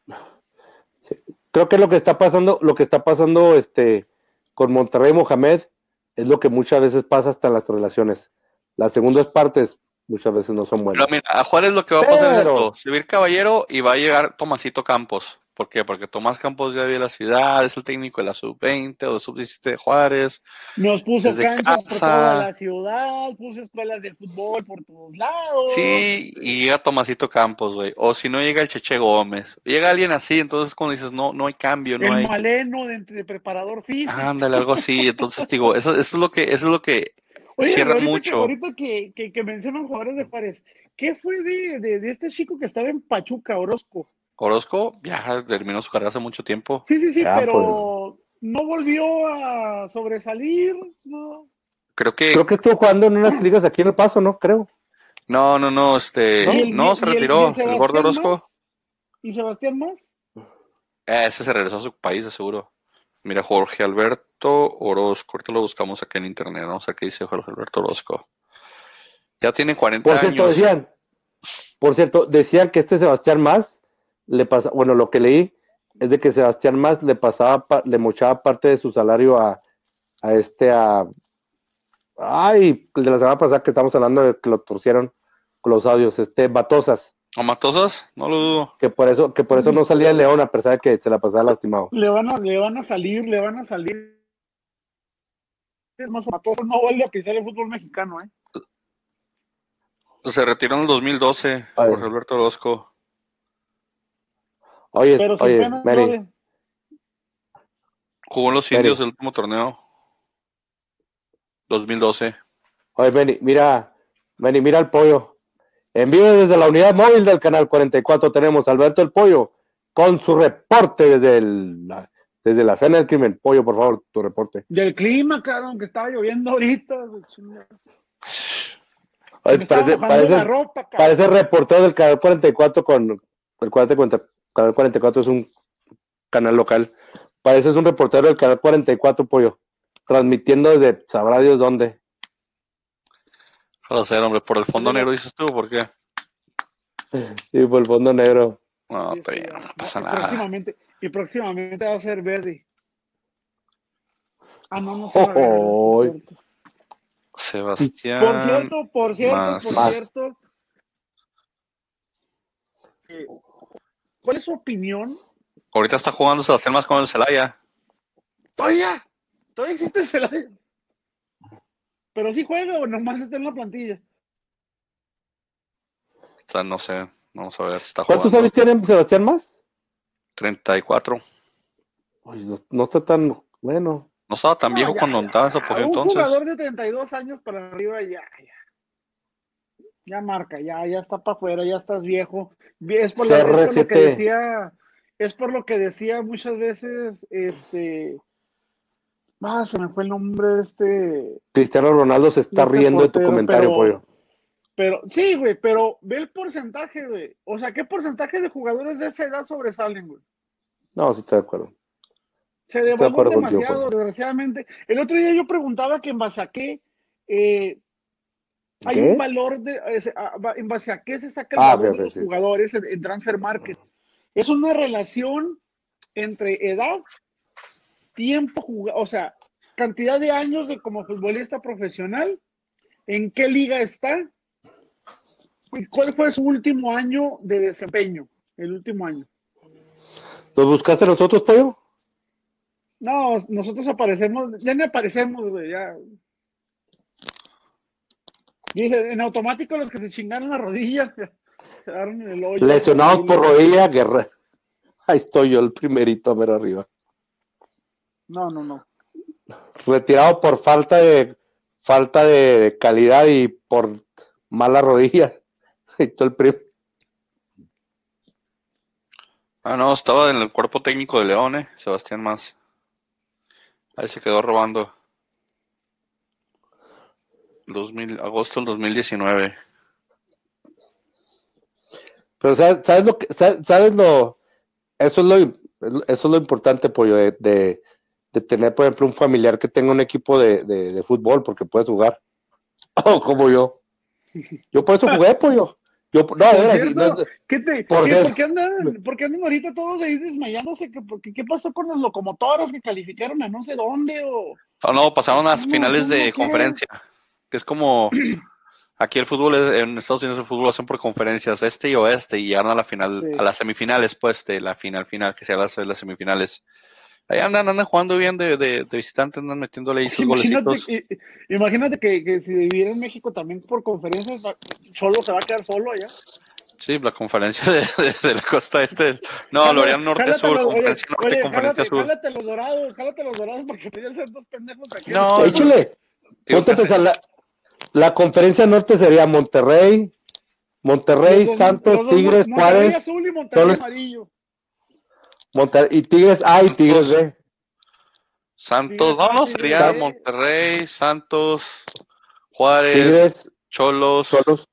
Sí. Creo que lo que está pasando, lo que está pasando este, con Monterrey y Mohamed es lo que muchas veces pasa hasta en las relaciones. Las segundas partes muchas veces no son
Pero
buenas.
mira, a Juárez lo que va a pasar es esto,
Pero,
se va a ir Caballero y va a llegar Tomasito Campos. ¿Por qué? Porque Tomás Campos ya vive la ciudad, es el técnico de la sub veinte o sub diecisiete de Juárez,
Nos puso
desde
canchas por toda
casa.
la ciudad, puso escuelas de fútbol por todos lados.
Sí, y llega Tomasito Campos, güey. O si no llega el Cheche Gómez. Llega alguien así, entonces cuando dices, no, no hay cambio, no
El
hay...
Maleno de, de preparador físico.
Ándale, algo así. Entonces, digo, eso, eso es lo que, eso es lo que
Oye,
cierra
ahorita que,
mucho.
ahorita que, que, que mencionan jugadores de Juárez, ¿qué fue de, de, de este chico que estaba en Pachuca, Orozco?
Orozco ya terminó su carrera hace mucho tiempo.
Sí, sí, sí,
ah, pues,
pero no volvió a sobresalir, ¿no?
Creo
creo
que,
que estuvo jugando en unas ligas aquí en El Paso, ¿no? Creo.
no, no, no,
¿Y
este,
¿No?
el, y
no,
el,
se
y el, y el
retiró, el gordo
Sebastián
Orozco.
más? ¿Y Sebastián más?
Eh, ese se regresó a su país, de seguro. Mira, Jorge Alberto Orozco. Ahorita lo buscamos aquí en internet. Vamos a ver qué dice Jorge Alberto Orozco. Ya tiene
Por
cuarenta
cierto,
años.
decían, por cierto, decían que este Sebastián Más le pasa, bueno, lo que leí es de que Sebastián Más le pasaba, pa- le mochaba parte de su salario a, a este, a, ay, el de la semana pasada que estamos hablando de que lo torcieron con los audios, este, Batosas,
¿O Matosas? No lo dudo.
que por eso, que por eso no salía el León a pesar de que se la pasaba lastimado.
Le van a, le van a salir, le van a salir. Es más, Matojo no vuelve a pisar el fútbol mexicano, ¿eh?
Se retiró en el dos mil doce, Jorge
Oye,
Alberto Orozco.
oye,
Pero sin
oye,
pena ni
Mary,
gloria.
Jugó en los Indios
Mary,
el último torneo, dos mil doce.
oye, Mary, mira, Mary, mira el pollo. En vivo desde la unidad móvil del canal cuarenta y cuatro tenemos a Alberto el Pollo con su reporte desde, el, la, desde la escena del crimen. Pollo, por favor, tu reporte.
Del clima, cabrón, que estaba lloviendo ahorita.
Oye,
Me estaba
parece,
mojando la
parece,
ropa,
parece
cabrón.
reportero del canal cuarenta y cuatro con el cuarenta y cuatro, canal cuarenta y cuatro es un canal local. Pareces un reportero del canal cuarenta y cuatro, Pollo, transmitiendo desde sabrá Dios dónde.
Joder, hombre, por el fondo
De la-
negro dices tú, ¿por qué?
Y por el fondo negro.
No,
Sí,
está
es que
bien,
ya.
no
No,
pasa
y
nada.
próximamente, y próximamente va a ser verde. Ah, no, no será verde, por
Oh, oh,
cierto. Por
Sebastián
cierto, por cierto, por
más.
más.
cierto. eh, ¿Cuál es su opinión?
Ahorita está jugando Sebastián más con el Celaya.
Todavía, todavía existe el Celaya. Pero sí juega o nomás está en la plantilla.
O sea, no sé, vamos a ver si está
¿Cuántos
jugando.
años tiene Sebastián más?
treinta y cuatro.
Ay, no, no está tan bueno.
No estaba tan
No,
viejo
ya,
cuando
ya,
andaba en su
ya.
apogeo
Un
entonces.
jugador de treinta y dos años para arriba ya, ya. Ya marca, ya, ya está para afuera, ya estás viejo. Es por, la, es por lo que decía, es por lo que decía muchas veces, este, ah, se me fue el nombre de este.
Cristiano Ronaldo se está riendo portero, de tu comentario,
pero,
pollo.
Pero, sí, güey, pero ve el porcentaje, güey. O sea, ¿qué porcentaje de jugadores de esa edad sobresalen, güey?
No, sí estoy de acuerdo.
Se devalúan de demasiado, contigo, desgraciadamente. El otro día yo preguntaba que en base a qué eh, hay ¿Qué? un valor de, en base a qué se saca el ah, valor de los sí. jugadores en, en Transfer Market. Es una relación entre edad, tiempo jugado, o sea, cantidad de años de como futbolista profesional, en qué liga está, y cuál fue su último año de desempeño, el último año.
¿Los buscaste nosotros, pollo?
No, nosotros aparecemos, ya ni aparecemos, güey, ya. Dice, en automático los que se chingaron la rodilla, quedaron en el hoyo.
Lesionados por rodilla, guerra. Ahí estoy yo, el primerito, a ver arriba.
No, no, no.
Retirado por falta de falta de calidad y por mala rodilla. Ahí estoy el primero.
Ah, no, estaba en el cuerpo técnico de León, eh, Sebastián Más. Ahí se quedó robando. dos mil, agosto del dos mil diecinueve.
Pero ¿sabes, sabes lo que, sabes, sabes lo, eso es lo, eso es lo importante, pollo, de, de, de tener, por ejemplo, un familiar que tenga un equipo de, de, de fútbol, porque puedes jugar. Oh, como yo. Yo por eso jugué, pollo. Yo, no,
por
era,
cierto,
no,
¿qué te,
por,
¿qué, ¿por, qué andan, ¿por qué andan ahorita todos ahí desmayándose? ¿Qué, porque, ¿Qué pasó con las locomotoras que calificaron a no sé dónde? O,
oh, no, pasaron a las
no,
finales
no,
de
¿qué?
conferencia. Que es como... Aquí el fútbol, es, en Estados Unidos el fútbol lo hacen por conferencias este y oeste y llegaron a la final, sí. a las semifinales, pues, de la final final, que se habla de las semifinales. Ahí andan, andan jugando bien de, de, de visitantes, andan metiéndole ahí sus
imagínate,
golecitos.
Imagínate que, que si viviera en México también por conferencias, solo se va a quedar solo allá.
Sí, la conferencia de, de, de la costa este. No, Jala, lo harían norte-sur,
los,
conferencia
oye,
norte,
oye,
conferencia
jálate,
sur.
Jálate los dorados, jálate los dorados porque podrían ser dos pendejos aquí.
No,
échale. Ponte a pensar, la, la conferencia norte sería Monterrey, Monterrey, dos, Santos, Tigres,
Monterrey
Juárez.
Azul y Monterrey los, amarillo.
Monterrey, y Tigres A y Tigres B.
Santos, no, no, sería Monterrey, Santos, Juárez, Tigres, Cholos, Cholos.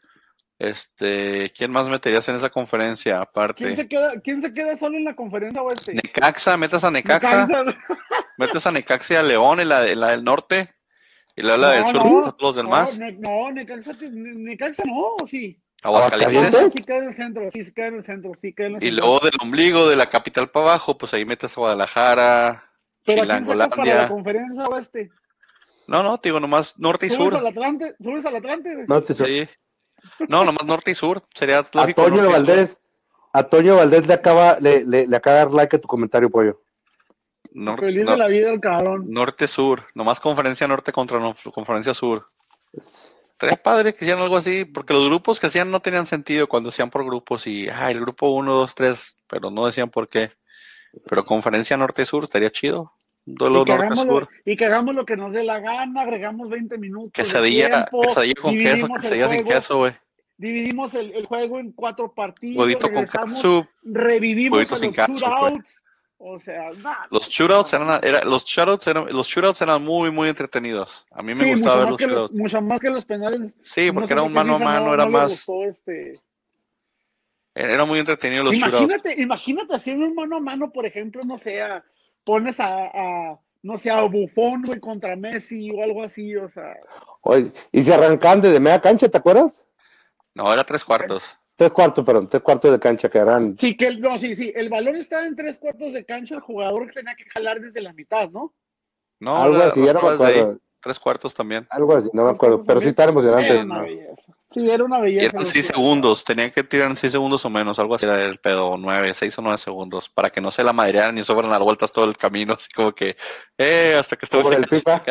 Este, ¿quién más meterías en esa conferencia aparte?
¿Quién se queda, quién se queda solo en la conferencia oeste?
Necaxa, metas a Necaxa. Necaxa. Metes a Necaxa y a León en la, en la del norte. Y la, la
no,
del sur,
no,
a todos los demás.
No, no, Necaxa, Necaxa no, sí.
Aguascalientes.
No, sí queda en el centro, sí se queda en el centro, sí queda en el
y
centro.
luego del ombligo de la capital para abajo, pues ahí metes a Guadalajara,
¿Pero Chilangolandia. ¿Pero para la conferencia oeste?
No, no, te digo, nomás norte y
¿Subes
sur.
Al Atlante, ¿Subes al Atlante? Güey?
Norte y sur.
Sí. No, nomás norte y sur. Sería lógico.
A Toño Valdés, a Toño Valdés le acaba, le, le, le acaba de dar like a tu comentario, pollo.
Nor Feliz no, de la vida el cabrón.
Norte-sur, nomás conferencia norte contra no, conferencia sur. Tres padres que hicieran algo así, porque los grupos que hacían no tenían sentido cuando hacían por grupos y, ah, el grupo uno, dos, tres, pero no decían por qué. Pero conferencia norte-sur estaría chido.
Y que, hagamos lo, y que hagamos lo que nos dé la gana, agregamos veinte minutos
quesadilla,
de tiempo.
Quesadilla con queso, quesadilla sin queso, güey.
Dividimos el, el juego en cuatro partidos,
huevito
regresamos,
con catsup,
revivimos a los
catsup,
shootouts. O sea, nah,
los shootouts eran, era, los shootouts eran, los shootouts eran muy, muy entretenidos. A mí me
sí,
gustaba ver los
shootouts. Mucho más que los penales.
Sí, porque no era un mano a mano,
no,
era
no
más.
Gustó este...
Era muy entretenido los
imagínate,
shootouts.
Imagínate haciendo un mano a mano, por ejemplo, no sé, a, pones a, a, no sé, a Buffon, güey, contra Messi o algo así, o sea.
Oye, y se arrancan desde media cancha, ¿te acuerdas?
No, era tres cuartos.
Tres cuartos, perdón, tres cuartos de cancha que eran.
Sí, que el, no, sí, sí, el balón estaba en tres cuartos de cancha, el jugador tenía que jalar desde la mitad, ¿no?
No,
algo
era,
así, ya no me acuerdo.
tres cuartos también.
Algo así, no me acuerdo, pero sí tan emocionante.
Era una belleza. Sí, era una belleza.
Eran seis segundos, tenían que tirar en seis segundos o menos, algo así era el pedo, nueve, seis o nueve segundos, para que no se la madrearan ni sobran las vueltas todo el camino, así como que, eh, hasta que estemos
en el FIFA.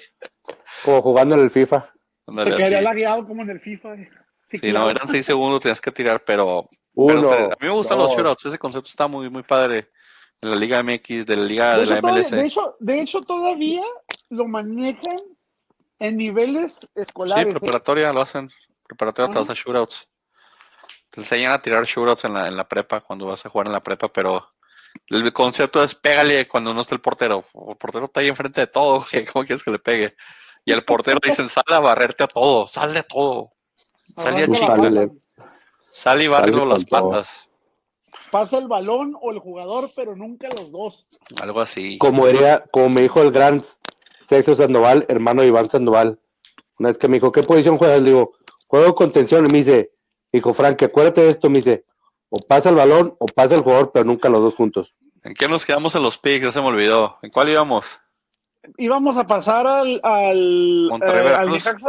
Como jugando en el FIFA.
Se quedaría lagueado como en el FIFA.
Sí, sí, no, eran seis segundos, tenías que tirar, pero, Uno, pero a mí me gustan dos. los shootouts, ese concepto está muy, muy padre en la Liga M X, de la Liga de, de la M L S.
Todavía, de, hecho, de hecho, todavía lo manejan en niveles escolares.
Sí, preparatoria, ¿eh? Lo hacen, preparatoria te vas a shootouts. Te enseñan a tirar shootouts en la, en la prepa, cuando vas a jugar en la prepa, pero el concepto es pégale cuando no está el portero. El portero está ahí enfrente de todo, güey. ¿Cómo quieres que le pegue? Y el portero dicen, sal a barrerte a todo, sal de todo. Sal y achica. Sal y bárrelo las patas.
Pasa el balón o el jugador, pero nunca los dos.
Algo así.
Como, era, como me dijo el gran Sergio Sandoval, hermano de Iván Sandoval. Una vez que me dijo, ¿qué posición juegas? Le digo, juego contención. Y me dice, dijo, Frank, acuérdate de esto. Me dice, o pasa el balón o pasa el jugador, pero nunca los dos juntos.
¿En qué nos quedamos en los picks? Ya se me olvidó. ¿En cuál íbamos?
Íbamos a pasar al, al
Monterrey,
eh,
Veracruz.
Al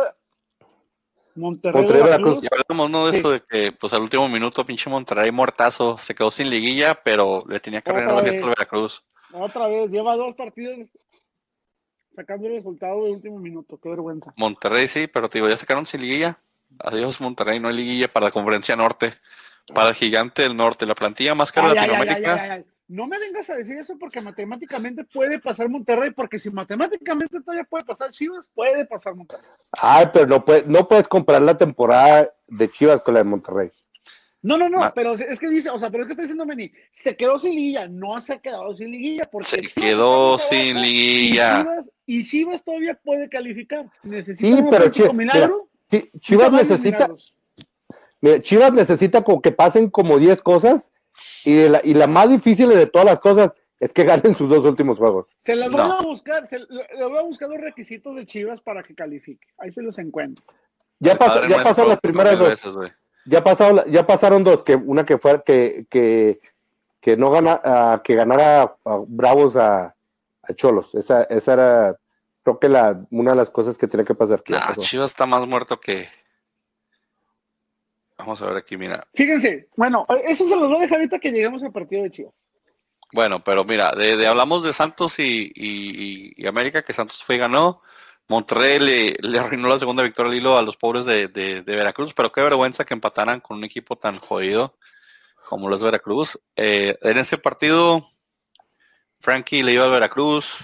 Monterrey,
Monterrey, Veracruz.
Y hablamos, ¿no? De sí. Eso de que, pues, al último minuto, pinche Monterrey muertazo, se quedó sin liguilla, pero le tenía que arreglar la fiesta al Veracruz.
Otra vez, lleva dos partidos sacando el resultado de último minuto, qué vergüenza.
Monterrey sí, pero te digo, ya sacaron sin liguilla. Adiós, Monterrey, no hay liguilla para la Conferencia Norte, para el gigante del norte, la plantilla más cara de Latinoamérica.
Ay, ay, ay, ay. No me vengas a decir eso porque matemáticamente puede pasar Monterrey, porque si matemáticamente todavía puede pasar Chivas, puede pasar Monterrey.
Ay, pero no, puede, no puedes comparar la temporada de Chivas con la de Monterrey.
No, no, no, Ma- pero es que dice, o sea, pero es que está diciendo Meni, se quedó sin liguilla, no se ha quedado sin liguilla, porque
se
Chivas
quedó sin liguilla.
Y Chivas, y Chivas todavía puede calificar. Necesita
sí,
un
pero Chivas,
milagro.
Mira, Chivas necesita, mira, Chivas necesita como que pasen como diez cosas y, de la, y la más difícil de todas las cosas es que ganen sus dos últimos juegos.
Se las voy no. a buscar, se les voy a buscar los requisitos de Chivas para que califique. Ahí se los encuentro.
Ya, pasó, ya pasaron las primeras dos. Veces, ya, pasado, ya pasaron dos, que una que fue que, que, que no gana, uh, que ganara a Bravos a, a Cholos. Esa, esa era, creo que la, una de las cosas que tenía que pasar. Que
nah, Chivas está más muerto que... Vamos a ver aquí, mira.
Fíjense, bueno, eso se los voy a dejar ahorita que lleguemos al partido de Chivas.
Bueno, pero mira, de, de hablamos de Santos y, y, y América, que Santos fue y ganó. Monterrey le, le arruinó la segunda victoria al hilo a los pobres de, de, de Veracruz, pero qué vergüenza que empataran con un equipo tan jodido como los Veracruz. Eh, en ese partido, Frankie le iba al Veracruz.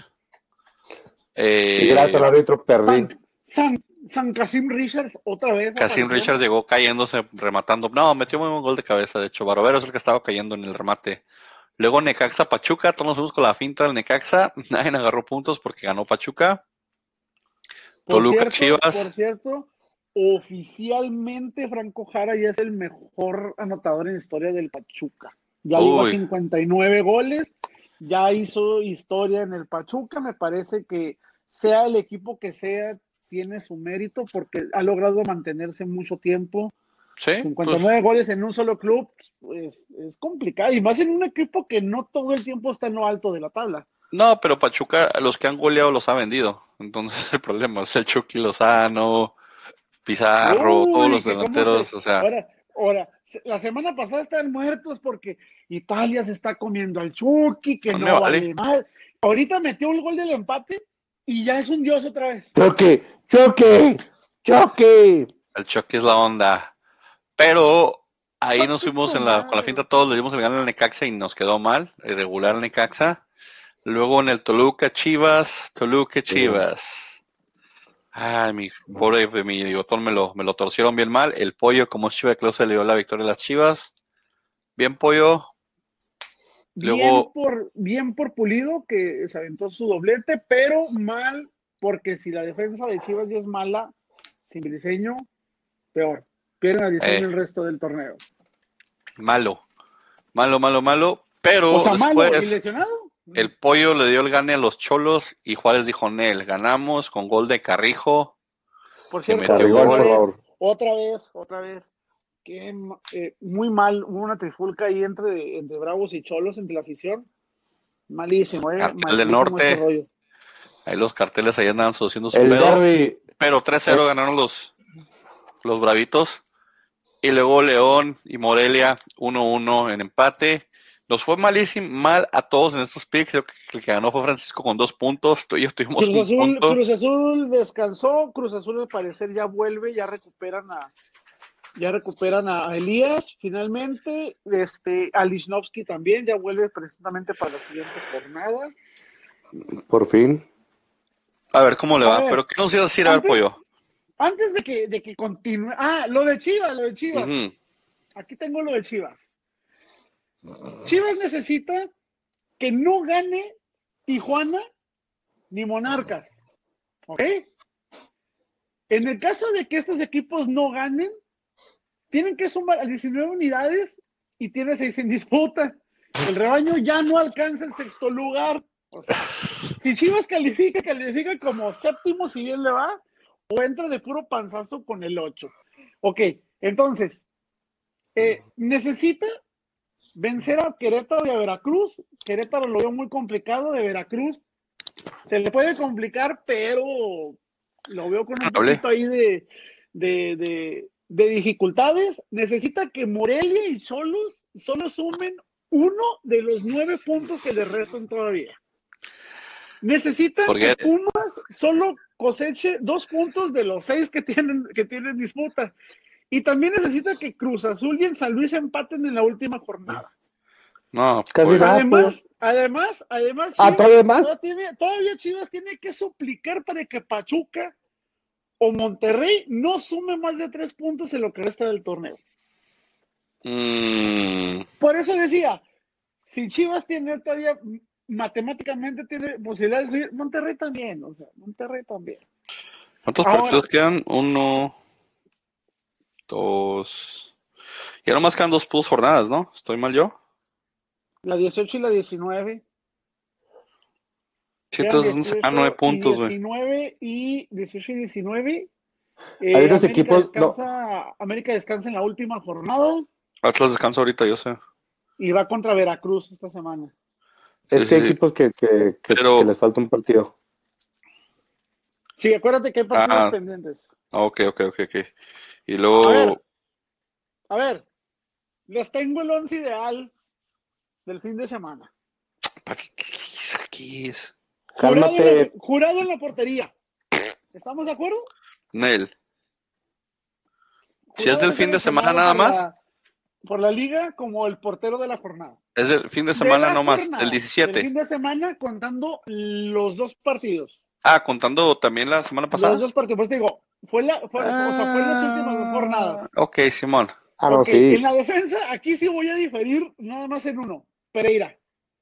Eh, y gracias al árbitro perdí.
San, San, San Casim Richards otra vez.
Casim Richards llegó cayéndose, rematando. No, metió muy buen gol de cabeza, de hecho. Barovero es el que estaba cayendo en el remate. Luego Necaxa Pachuca, todos nos fuimos con la finta del Necaxa. Nadie agarró puntos porque ganó Pachuca.
Por
Toluca
cierto,
Chivas.
Por cierto, oficialmente Franco Jara ya es el mejor anotador en la historia del Pachuca. Ya lleva cincuenta y nueve goles, ya hizo historia en el Pachuca. Me parece que sea el equipo que sea, tiene su mérito porque ha logrado mantenerse mucho tiempo.
Sí,
cincuenta y nueve pues, goles en un solo club pues, es complicado, y más en un equipo que no todo el tiempo está en lo alto de la tabla.
No, pero Pachuca, los que han goleado los ha vendido. Entonces el problema es el Chucky Lozano, Pizarro, Uy, todos los delanteros. Se... O sea...
Ahora, ahora, la semana pasada estaban muertos porque Italia se está comiendo al Chucky, que no, no vale mal. Ahorita metió el gol del empate y ya es un dios otra vez.
Chucky, Chucky, Chucky.
El Chucky es la onda. Pero ahí nos fuimos en la, con la finta todos, le dimos el gane al Necaxa y nos quedó mal, irregular el Necaxa. Luego en el Toluca Chivas, Toluca Chivas. Ay, mi pobre, mi botón me lo, me lo torcieron bien mal. El Pollo, como es Chiva de Close, le dio la victoria a las Chivas. Bien, Pollo.
Luego, bien, por, bien por Pulido, que se aventó su doblete, pero mal, porque si la defensa de Chivas ya es mala, sin Briseño, peor. Pierden a Briseño eh, el resto del torneo.
Malo, malo, malo, malo. Pero
o sea,
después
malo, ¿y lesionado?
El Pollo le dio el gane a los Cholos y Juárez dijo, Nel, ganamos con gol de Carrijo.
Por cierto, metió Carrijo, por favor. Otra vez, otra vez. Que eh, muy mal, hubo una trifulca ahí entre, entre Bravos y Cholos, entre la afición. Malísimo, ¿eh?
Cartel
Malísimo
del Norte.
Este
Ahí los carteles ahí andaban haciendo su
El
pedo.
derbi.
Pero tres cero
Eh.
ganaron los, los Bravitos. Y luego León y Morelia uno uno en empate. Nos fue malísimo, mal a todos en estos picks. Creo que el que ganó fue Francisco con dos puntos. Tú y yo tuvimos
Cruz
un
Azul,
punto.
Cruz Azul descansó, Cruz Azul al parecer ya vuelve, ya recuperan a ya recuperan a Elías finalmente, este a Lichnowsky también ya vuelve precisamente para la siguiente jornada.
Por fin.
A ver cómo le
A
va.
ver,
Pero ¿qué nos ibas a decir? A ver,
antes,
pollo.
antes de que de que continúe, ah, lo de Chivas, lo de Chivas.
Uh-huh.
Aquí tengo lo de Chivas. Chivas necesita que no gane Tijuana ni Monarcas, ¿ok? En el caso de que estos equipos no ganen, tienen que sumar diecinueve unidades y tiene seis en disputa. El rebaño ya no alcanza el sexto lugar. O sea, si Chivas califica, califica como séptimo, si bien le va, o entra de puro panzazo con el ocho. Ok, entonces, eh, necesita vencer a Querétaro y a Veracruz. Querétaro lo veo muy complicado, de Veracruz se le puede complicar, pero lo veo con un poquito ahí de, de, de, de dificultades. Necesita que Morelia y Xolos solo sumen uno de los nueve puntos que le restan todavía. Necesita Forget. que Pumas solo coseche dos puntos de los seis que tienen, que tienen disputa. Y también necesita que Cruz Azul y en San Luis empaten en la última jornada.
No,
pues, además, además, además, Chivas,
¿Ah, todavía más?
Todavía, tiene, todavía Chivas tiene que suplicar para que Pachuca o Monterrey no sume más de tres puntos en lo que resta del torneo.
Mm.
Por eso decía, si Chivas tiene todavía, matemáticamente tiene posibilidades de subir, Monterrey también, o sea, Monterrey también.
¿Cuántos Ahora, partidos quedan? Uno, dos... Ya nomás quedan dos plus jornadas, ¿no? ¿Estoy mal yo?
La dieciocho y la diecinueve.
Sí, entonces se dan nueve puntos, güey.
diecinueve y dieciocho y diecinueve. Eh,
Hay unos
América
equipos.
Descansa,
No.
América descansa en la última jornada.
Atlas descansa ahorita, yo sé.
Y va contra Veracruz esta semana.
Es
Sí,
que hay
sí,
equipos que, que, que,
Pero...
que les falta un partido.
Sí, acuérdate que hay partidos
ah,
pendientes.
Ok, ok, ok, ok. Y luego.
A ver, a ver, les tengo el once ideal del fin de semana.
¿Para qué, qué, qué, qué es?
Jurado en, la, jurado en la portería. ¿Estamos de acuerdo?
Nel. Si es del fin de semana nada
por
más.
La, por la liga como el portero de la jornada.
Es del fin de semana no más, el diecisiete.
El fin de semana contando los dos partidos.
Ah, contando también la semana pasada.
Los dos partidos, pues te digo, fue la, fue, ah, o sea, fue en las últimas dos jornadas.
Ok, Simón.
Ah, no,
okay.
sí.
En la defensa, aquí sí voy a diferir nada más en uno. Pereira.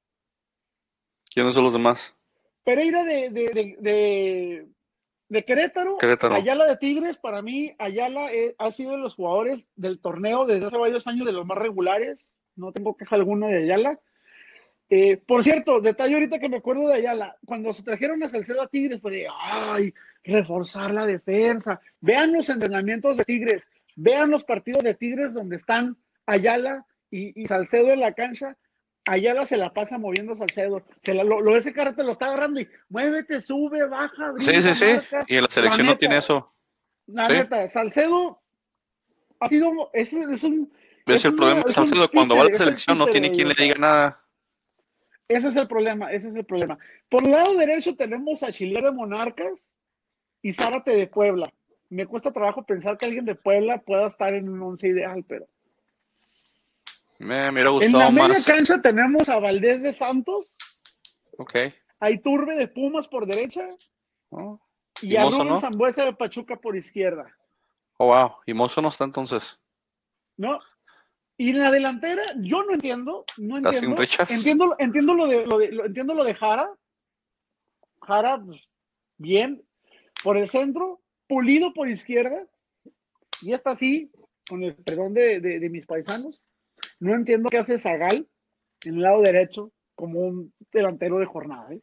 ¿Quiénes son los demás?
Pereira de, de, de, de, de Querétaro,
Querétaro.
Ayala de Tigres. Para mí, Ayala eh, ha sido de los jugadores del torneo desde hace varios años de los más regulares. No tengo queja alguna de Ayala. Eh, por cierto, detalle ahorita que me acuerdo de Ayala, cuando se trajeron a Salcedo a Tigres, pues de, ay, reforzar la defensa. Vean los entrenamientos de Tigres, vean los partidos de Tigres donde están Ayala y, y Salcedo en la cancha. Ayala se la pasa moviendo Salcedo. Se la, lo, lo ese carro te lo está agarrando y muévete, sube, baja, brinca,
Sí, sí, sí.
marca.
Y en la selección
la
no tiene eso.
La
¿sí?
neta, Salcedo ha sido, es, es un...
Es,
es
el
una,
problema de Salcedo, cuando va a la selección no tiene quien le diga nada.
Ese es el problema, ese es el problema. Por el lado derecho tenemos a Chile de Monarcas y Zárate de Puebla. Me cuesta trabajo pensar que alguien de Puebla pueda estar en un once ideal, pero...
Me, me hubiera gustado
en la media
más.
cancha tenemos a Valdés de Santos.
Ok.
A Iturbe de Pumas por derecha.
Oh.
Y, y a Rubén no? Zambuesa de Pachuca por izquierda.
Oh, wow. ¿Y Mozo no está entonces?
No. Y en la delantera, yo no entiendo, no entiendo. Entiendo, entiendo lo de, lo de, lo, entiendo lo de Jara. Jara, pues, bien. Por el centro, Pulido por izquierda. Y está así, con el perdón de, de, de mis paisanos. No entiendo qué hace Zagal en el lado derecho como un delantero de jornada. ¿eh?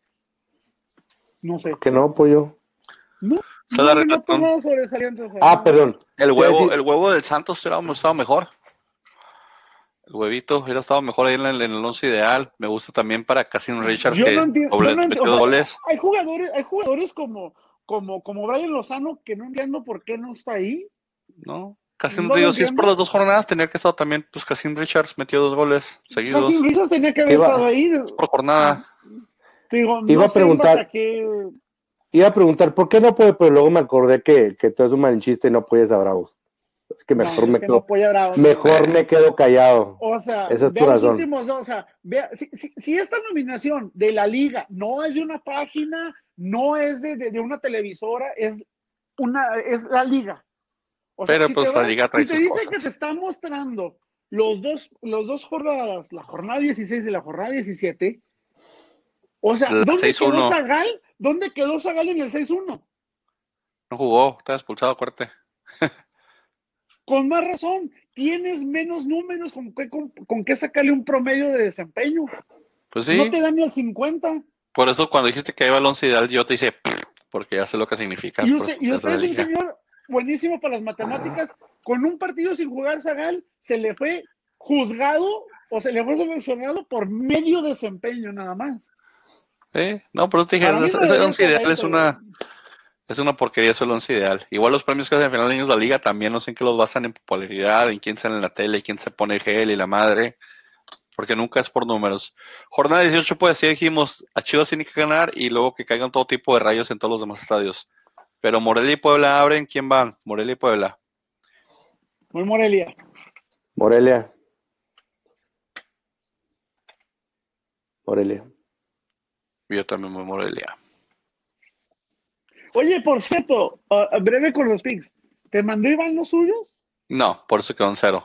No sé.
Que no, pollo.
No, no, no, no, no sobresaliente. O sea,
ah,
no.
perdón.
El huevo, el huevo del Santos hubiera estado mejor. El huevito hubiera estado mejor ahí en el, en el once ideal. Me gusta también para Casim Richards,
Yo
que
no entiendo,
doble,
yo no entiendo,
metió
o sea,
goles.
hay jugadores, hay jugadores como, como, como Brian Lozano que no entiendo por qué no está ahí.
No, Casim,
No lo
digo, si es por
entiendo.
las dos jornadas, tenía que estar también, pues Casim Richards metió dos goles seguidos.
Casim Richards tenía que haber
Iba-
estado ahí.
Por jornada.
Digo,
Iba
no
a
sé en base
preguntar-
a qué.
Iba a preguntar, ¿por qué no puede? Pero luego me acordé que, que tú eres un malinchista y no apoyas a Bravos. Es que mejor
No, es
me
que
quedo,
no apoya a Bravos.
mejor me quedo callado.
O sea,
Esa es tu
vea los
razón.
últimos dos, o sea, vea, si, si, si esta nominación de la liga no es de una página, no es de, de, de una televisora, es una, es la liga. O sea,
Pero
si
pues
te,
la
va,
liga trae
si te
sus
dice
cosas.
que te está mostrando los dos, los dos jornadas, la jornada dieciséis y la jornada diecisiete, o sea,
La
¿dónde
seis
quedó
uno.
Zagal? ¿Dónde quedó Zagal en el seis uno?
No jugó, estaba expulsado, acuérdate.
Con más razón, tienes menos números con qué, con, con qué sacarle un promedio de desempeño.
Pues sí,
No te dan ni el cincuenta.
por eso cuando dijiste que iba al once ideal, yo te hice, porque ya sé lo que significa.
Y
Por
usted,
eso
y
es
usted
de
es
la
un
liga.
señor buenísimo para las matemáticas. Con un partido sin jugar Zagal, se le fue juzgado o se le fue seleccionado por medio desempeño nada más.
Sí, no, pero te dije,
Para mí
ese,
no
ese
debería
once
estar
ideal
ahí,
es
pero
una, es una porquería, es el once ideal. Igual los premios que hacen al final de años la liga también no sé en qué los basan en popularidad, en quién sale en la tele, quién se pone gel y la madre, porque nunca es por números. Jornada dieciocho, pues sí dijimos, a Chivas tiene que ganar y luego que caigan todo tipo de rayos en todos los demás estadios. Pero Morelia y Puebla abren, ¿quién van? Morelia y Puebla.
muy Morelia.
Morelia. Morelia.
Yo también voy Morelia.
Oye, por cierto, uh, breve con los picks. ¿Te mandó Iván los suyos?
No, por eso quedó en cero.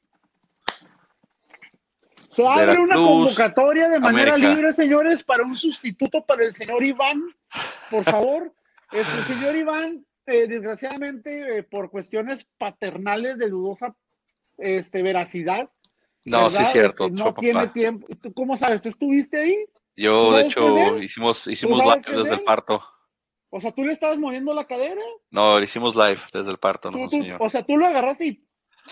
Se abre
Veracruz,
una convocatoria de manera
América.
libre, señores, para un sustituto para el señor Iván. Por favor, este, el señor Iván, eh, desgraciadamente, eh, por cuestiones paternales de dudosa este, veracidad,
No, sí es
¿verdad?
cierto,
Este,
fue
no tiene
papá.
tiempo. ¿Tú cómo sabes? ¿Tú estuviste ahí? ¿Tú
Yo, de
sabes que es de
hecho,
él?
hicimos,
¿Tú
hicimos
sabes que
live
es de
desde el
él?
parto.
O sea, tú le estabas moviendo la cadera.
No, hicimos live desde el parto,
Tú,
no,
tú,
señor.
o sea, tú lo agarraste y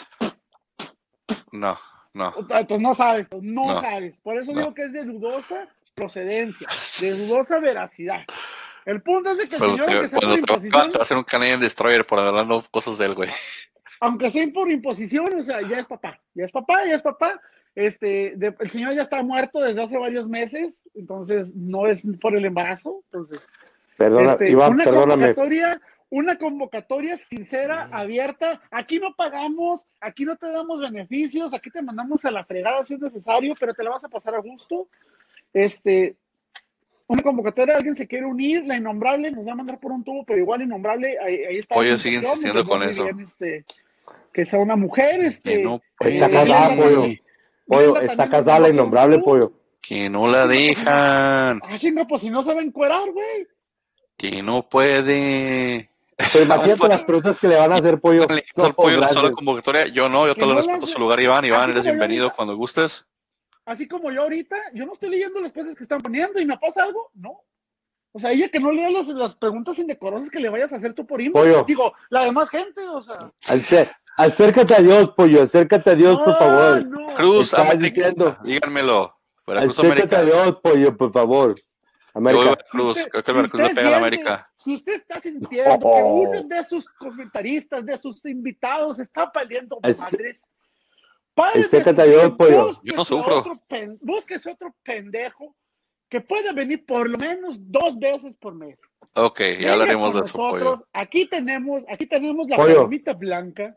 No, no,
entonces no sabes, no
no,
sabes. Por eso
no.
digo que es de dudosa procedencia, de dudosa veracidad. El punto es de que el
Cuando
señor, aunque
te,
sea por
cuando te, te va
imposición,
a hacer un Canadian Destroyer por hablando cosas del güey.
aunque sea por imposición, o sea, ya es papá, ya es papá, ya es papá. Este, de, el señor ya está muerto desde hace varios meses, entonces no es por el embarazo. Entonces,
Perdona,
este,
Iván,
una
perdóname.
convocatoria, una convocatoria sincera, abierta. Aquí no pagamos, aquí no te damos beneficios, aquí te mandamos a la fregada si es necesario, pero te la vas a pasar a gusto. Este, una convocatoria, alguien se quiere unir, la Innombrable nos va a mandar por un tubo, pero igual Innombrable, ahí, ahí está
Pollo
su
sigue
intención, me
insistiendo
entendemos
con
muy
eso.
bien, este, que sea una mujer,
Que
este,
no
Está
eh,
casada,
Glenda
pollo.
también,
Pollo,
Glenda
está
también nos
casada la
manda por un
innombrable,
tubo.
pollo.
Que no
Ah,
la
chinga, pues si no,
dejan.
ah, chinga, pues si no se va a encuerar, güey.
Que no puede.
Pero
Vamos
imagínate las
pues.
preguntas que le van a hacer, pollo.
Le
No,
al pollo la sola
gracias.
convocatoria. Yo no, yo
Que
te lo
no
respeto
las,
su lugar, Iván. Iván,
así
eres
como yo
bienvenido
ahorita,
cuando gustes.
así como yo ahorita, yo no estoy leyendo las cosas que están poniendo y me pasa algo, no. O sea, ella que no lea las, las preguntas indecorosas que le vayas a hacer tú por inbox.
Pollo.
Digo, la demás gente, o sea.
Acé- Acércate a Dios, pollo. Acércate a Dios, por
No,
favor.
no.
Cruz,
Estás
América.
diciendo.
Díganmelo. Veracruz,
Acércate a
América.
Dios, pollo, por favor.
Yo voy a
América.
Si
Veracruz.
usted,
Creo que el
si
Veracruz le
usted
pega a la
siente,
América.
si usted está sintiendo que uno
Oh,
de sus comentaristas, de sus invitados está peleando
ac-
madres, pare de
acércate a
sufrir,
Dios, pollo.
Yo no
búsquese a
sufro.
otro, pen, búsquese otro pendejo que pueda venir por lo menos dos veces por mes.
Ok, ya
Venga
hablaremos
con
de eso, pollo.
nosotros, aquí tenemos, aquí tenemos la
Pollo.
palomita blanca.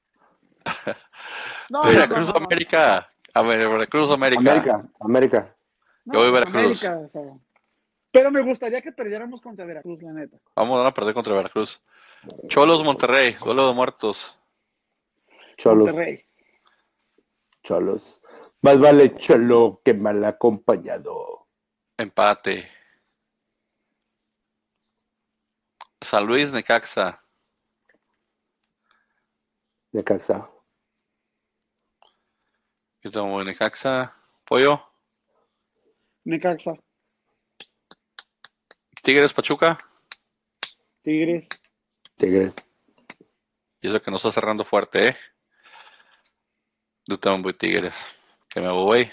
No, no, no,
Veracruz,
no, no, no.
América. A ver, Veracruz, América.
América, América.
Yo voy
No,
a
pues
Veracruz.
América, o sea. Pero me gustaría que perdiéramos contra Veracruz, la neta.
Vamos a perder contra Veracruz. Cholos, Monterrey. Duelo de muertos.
Cholos,
Monterrey.
cholos. Más vale cholo que mal acompañado.
Empate. San Luis, Necaxa.
De casa.
Yo tomo Necaxa. Pollo.
Necaxa.
Tigres, Pachuca.
Tigres.
Tigres.
Y eso que no está cerrando fuerte, ¿eh? Yo también voy Tigres. Que me voy.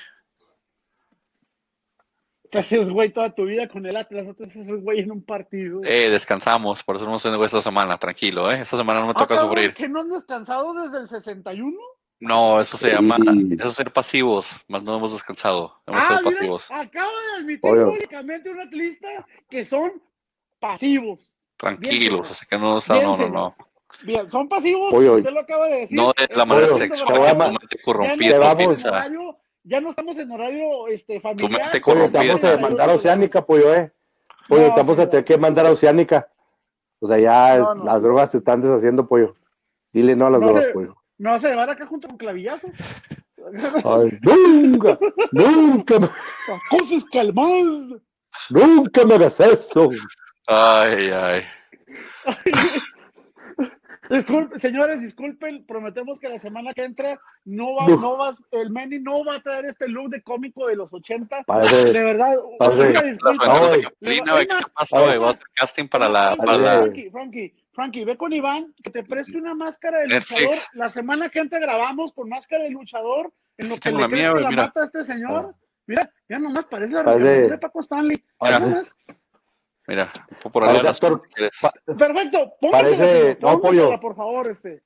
Te haces güey toda tu vida con el Atlas, no te haces güey en un partido.
Eh, descansamos, por eso no estoy en esta semana, tranquilo, ¿eh? Esta semana no me
ah,
toca
cabrón,
sufrir.
¿que no han descansado desde el sesenta y uno?
No, eso se
Sí.
llama, eso es ser pasivos, más no hemos descansado, hemos
Ah,
sido
mira,
pasivos.
acaba de admitir
Oye.
públicamente un atlista que son pasivos.
Tranquilos,
Bien,
así que no está,
Bien,
no, no,
señor.
no.
Bien, son pasivos,
Oye,
usted lo acaba de decir.
No de la
estamos
manera
Oye,
siendo
sexual,
te
tu
vamos-
mente
Ya no
corrompida,
te
estamos
vamos-
en
piensa.
horario, ya no estamos en horario este,
Tu
familiar.
mente
Oye, te
corrompida.
vamos a mandar a Oceánica, pollo, eh. Oye,
No,
te vamos a
señor.
tener que mandar a Oceánica. O sea, ya
No, no.
las drogas te están deshaciendo, pollo. Dile no a las
No
drogas,
se-
pollo.
¿Me vas a llevar acá junto con clavillazo?
Ay, nunca, nunca, me-
Cosas calmadas.
nunca me hagas eso.
Ay, ay.
Disculpe, señores, disculpen, prometemos que la semana que entra no va,
No.
no va, el Manny no va a traer este look de cómico de los ochenta.
Parece,
De verdad,
parece-
una
Las
disculpa.
banderas de
Ay.
Capulina, güey, ¿qué te pasa,
Ay.
güey? Voy a hacer casting para la, para
Parece-
la
Frankie, Frankie, Frankie, ve con Iván, que te preste una máscara de
Netflix.
luchador. La semana que entra grabamos con máscara de luchador, en lo que
Tengo
le
la
crece
mía, güey,
la
mira.
mata a este señor. Mira, ya nomás parece la
Parece-
reencarnación de Paco Stanley.
Mira.
Nada más.
Mira, por ahí
Parece
las
actor-
si quieres.
pa-
Perfecto, póngasela,
Parece-
señor,
no,
póngasela,
pollo.
por favor, este.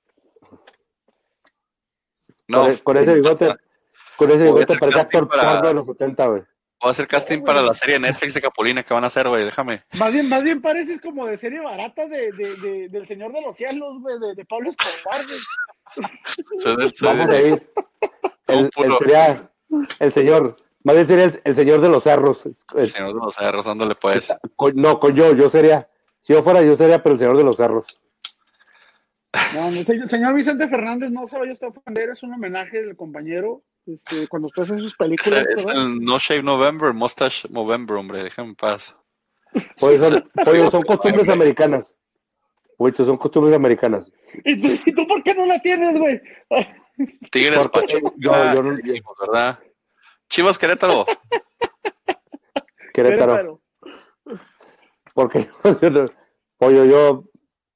No,
con, con ese bigote, con ese
Voy a
bigote
hacer
parece
casting
actor
para-
porno de los setenta, güey.
voy a hacer casting para la serie de Netflix de Capulina que van a hacer, güey, déjame.
Más bien, más bien pareces como de serie barata de, de, de- del Señor de los Cielos, güey, de, de Pablo Escobar, güey.
Soy del- soy
Vamos
de-
a ir.
Un
El,
puro-
el sería el señor, más bien sería el, el señor de los cerros. El-
Señor de los cerros, dándole pues.
con- no, con yo, yo sería, si yo fuera, yo sería, pero el señor de los cerros.
No, no, señor, señor Vicente Fernández, no se vaya usted a ofender, es un homenaje del compañero, este, cuando usted hace sus
Es,
películas,
es
¿verdad?
el No Shave November, Mustache November, hombre, déjame en paz.
Oye, son, oye, son costumbres americanas. Oye, son costumbres americanas.
¿Y tú, y tú por qué no la tienes, güey?
Tigres,
Porque,
Pachuca,
yo- yo no-
dijimos, ¿verdad? Chivas, Querétaro.
Querétaro. Porque, oye, yo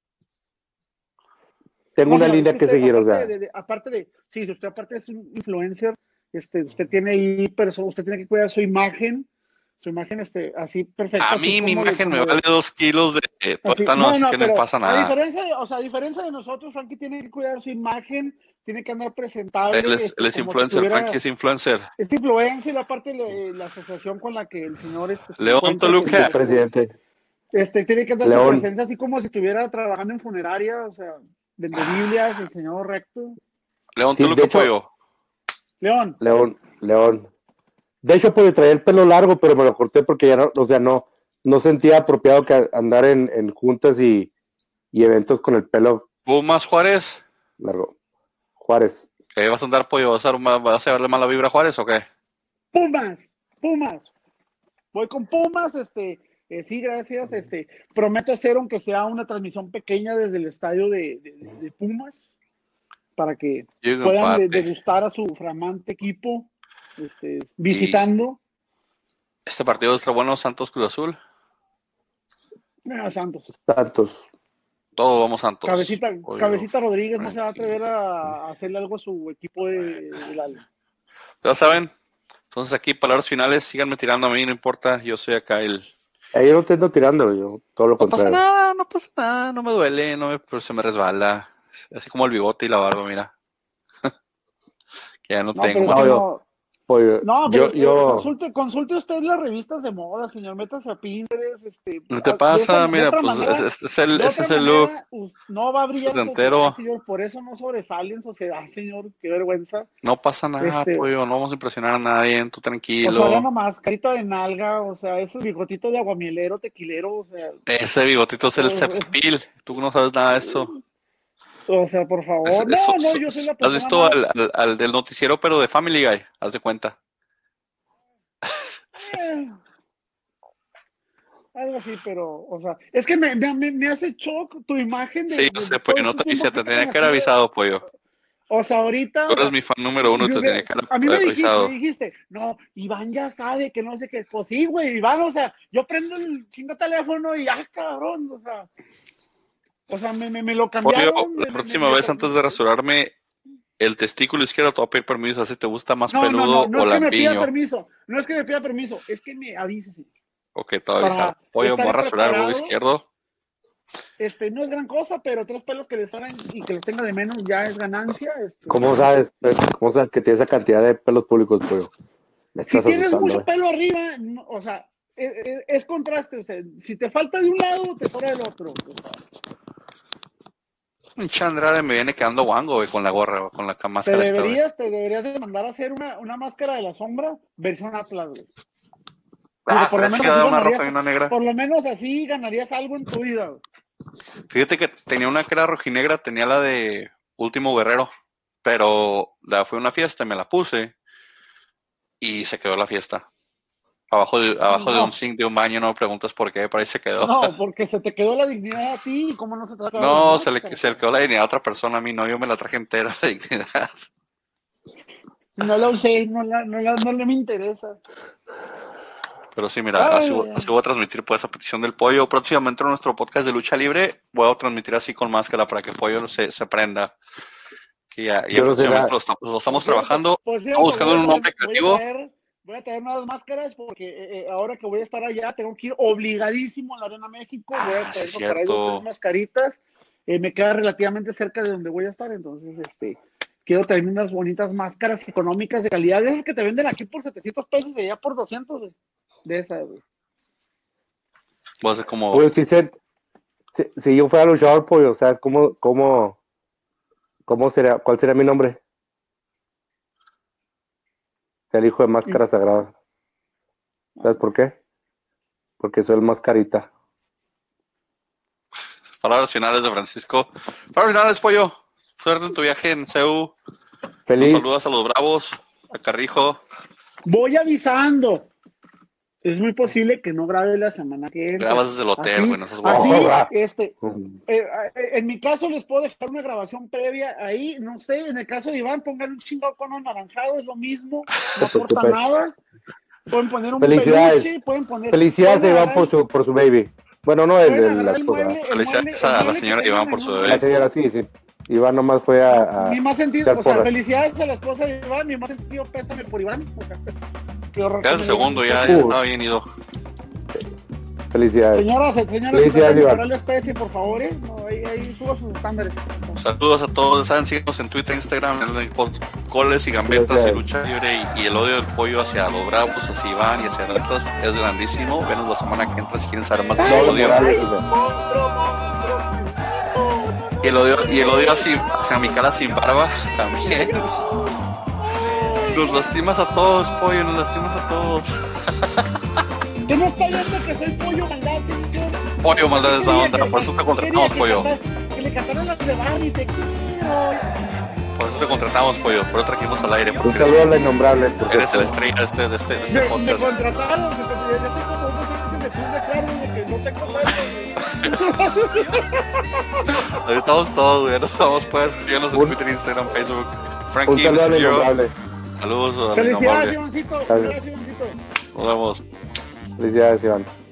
tengo
No,
una
señor,
línea
es
que
usted,
seguir, o
aparte
sea.
de- de- aparte de, sí, si usted aparte es un influencer, este, usted tiene ahí, pero usted tiene que cuidar su imagen, su imagen, este, así perfecta.
A
así
mí mi
como de-
imagen me
como de-
vale dos kilos de
así-
tuétano, así que no me pasa
A
nada.
diferencia, de- o sea, a diferencia de nosotros, Frankie tiene que cuidar su imagen, tiene que andar presentable.
Él es,
este,
él es
como si
influencer,
tuviera-
Frankie es influencer.
Es influencia y la parte de la asociación con la que el señor este, se
León
encuentra,
Toluca.
este,
Presidente.
Este, tiene que dar su
León.
presencia así como si estuviera trabajando en funeraria, o sea, vende Biblias, el señor recto.
León
Sí, de
Toluca,
hecho-
pollo.
León,
León, León. De hecho, pues traía el pelo largo, pero me lo corté porque ya no, o sea, no, no sentía apropiado que andar en, en juntas y, y eventos con el pelo
Pumas, Juárez.
largo. Juárez.
¿Qué vas a andar, pollo? ¿Vas a, vas a darle mala vibra a Juárez o qué?
Pumas, Pumas. Voy con Pumas, este, eh, sí, gracias, este, prometo hacer aunque sea una transmisión pequeña desde el estadio de, de- de- de Pumas, para que
Llega
puedan de-
empate.
degustar a su flamante equipo, este, visitando
Este partido está bueno, Santos Cruz Azul.
a Santos.
Santos.
Todos vamos Santos.
Cabecita,
Pollo.
Cabecita Rodríguez no se va a
Frankie.
atrever a hacerle algo a su equipo de, de Lalo.
Ya saben. Entonces aquí, palabras finales, síganme tirando a mí, no importa. Yo soy acá el...
Ahí yo no te ando tirando, yo todo lo
No pasa
contrario.
nada, no pasa nada, no me duele, no me, pero se me resbala. Así como el bigote y la barba, mira. Que ya no,
No,
tengo
pero
más.
es que
yo-
no,
Oye,
no, pero
yo, yo,
consulte, consulte usted las revistas de moda, señor. Métase a Pinterest. Este,
¿No te
de
pasa?
esa- de
Mira,
otra
pues
manera-
ese, ese es el,
de
ese
otra
es el look.
manera, us- no va a brillar en
Setentero.
sociedad, señor. Por eso no sobresale en sociedad, señor. Qué vergüenza.
No pasa nada,
Este-
pollo, no vamos a impresionar a nadie, tú
O sea,
tranquilo.
era nomás carita de nalga, o sea, ese bigotito de aguamielero, tequilero, o sea,
Ese bigotito es el
Oh.
Sepspil, tú no sabes nada de esto.
o sea, por favor.
Es-
No,
eso-
no,
eso-
yo soy la
¿Has
persona
visto
más-
al, al- al del noticiero, pero de Family Guy? Haz de cuenta.
Eh, algo así, pero, o sea, es que me, me, me hace shock tu imagen de.
Sí,
de-
yo
de
sé,
todo
pollo, no
este
te
tiempo
dice,
que
te tenía
tengo
que haber
así de-
avisado, pollo.
O sea, ahorita.
Tú eres mi fan número uno, te
yo-
tenía que haber
a mí me dijiste,
avisado.
me dijiste, no, Iván ya sabe que no sé qué. Pues sí, güey, Iván, o sea, yo prendo el chingo teléfono y ah, cabrón, o sea. O sea, me, me, me lo
Pollo,
cambiaron. me-
la
me-
próxima
me-
vez
me-
antes de rasurarme, el testículo izquierdo te va a pedir permiso, así te gusta más
no,
peludo
no, no, no
o
es que me pida
lampiño.
permiso, no es que me pida permiso, es que me avise.
Ok, te voy a avisar. Pollo, me voy a rasurar el huevo izquierdo.
Este, no es gran cosa, pero tres pelos que le salen y que los tenga de menos ya es ganancia. Este.
¿Cómo sabes? ¿Cómo sabes que tiene esa cantidad de pelos públicos, pollo?
Si tienes mucho pelo arriba, no, o sea, es, es, es contraste. O sea, si te falta de un lado, te sobra del otro. O sea.
Andrade me viene quedando guango, güey, con la gorra, con la máscara.
Te deberías, esta, te deberías de mandar a hacer una, una máscara de la sombra versión Atlas, güey.
Ah, por, lo menos así una roja y una negra.
Por lo menos así ganarías algo en tu vida, güey.
Fíjate que tenía una que era rojinegra, tenía la de Último Guerrero, pero la fui a una fiesta y me la puse y se quedó la fiesta. Abajo, de, abajo no. de un zinc de un baño, no me preguntas por qué, por ahí se quedó.
No, porque se te quedó la dignidad a ti, ¿cómo no se te va a quedar?
No, se le, se le quedó la dignidad a otra persona, a mí no, yo me la traje entera, la dignidad.
No la usé, no, la, no, la, no le me interesa.
Pero sí, mira, así, así voy a transmitir por esa petición del pollo. Próximamente en nuestro podcast de lucha libre voy a transmitir así con máscara para que el pollo se, se prenda. Que ya, ya próximamente lo, lo estamos por trabajando, cierto, estamos buscando un nombre creativo.
Voy a traer, voy a traer nuevas máscaras porque eh, ahora que voy a estar allá tengo que ir obligadísimo a la Arena México.
Ah,
voy a traer,
sí,
traer dos mascaritas. Eh, me queda relativamente cerca de donde voy a estar, entonces este quiero traer unas bonitas máscaras económicas de calidad, de esas que te venden aquí por setecientos pesos y allá por doscientos, güey. De esa, güey.
Pues como...
Pues si, se, si, si yo fuera luchador, pollo, ¿sabes cómo, cómo, cómo sería, cuál sería mi nombre? Ser el hijo de máscara sí. sagrada. ¿Sabes por qué? Porque soy el mascarita.
Palabras finales de Francisco. Palabras finales, pollo. Suerte en tu viaje en C U.
Feliz.
Nos saludas a los Bravos, a Carrijo.
Voy avisando. Es muy posible que no grabe la semana que viene.
Grabas desde el hotel, bueno, eso es
así,
bueno.
este, eh, en mi caso les puedo dejar una grabación previa ahí, no sé, en el caso de Iván, pongan un chingado cono anaranjado, es lo mismo, no aporta nada. Pueden poner un peluche, pueden poner...
Felicidades a Iván por su, por su baby. Bueno, no el, el, la esposa.
Felicidades a la señora Iván por su bebé.
La señora, sí, sí. Iván nomás fue a... a
mi más sentido, o sea, porra. Felicidades a la esposa de Iván, mi más sentido pésame por Iván. O sea,
ya el segundo, ya, ya estaba bien ido.
Felicidades.
Señoras, señoras,
Felicidades, Iván.
la especie, por favor, ¿eh? No, ahí, ahí suba sus estándares.
Saludos a todos, saben, síganos en Twitter, Instagram, en goles y gambetas de lucha libre y, y el odio del pollo hacia los Bravos, hacia Iván y hacia Retas es grandísimo. Venos la semana que entra si quieren saber más de su odio. Y el odio, y el odio hacia, hacia mi cara sin barba también. Nos lastimas a todos, pollo, nos lastimas a todos.
¿Qué no está viendo que soy pollo maldad, señor?
Pollo maldad es la onda, por eso te contratamos, pollo.
Que le cantaron las de Barney, te quiero.
Por eso te contratamos, pollo, por eso trajimos al aire.
Un saludo a la innombrable.
Eres el estrella de este, de este, de este
me,
podcast.
Me contrataron, ya tengo como dos años de club de Carlos, de que no tengo sueldo.
Ahí estamos todos, güey, nos vamos, pues, síganos en Twitter, Instagram, Facebook. Frankie,
un saludo a la innombrable.
Saludos a
Felicidades, Ivancito. Felicidades, Ivancito.
Nos vemos.
Felicidades, Iván.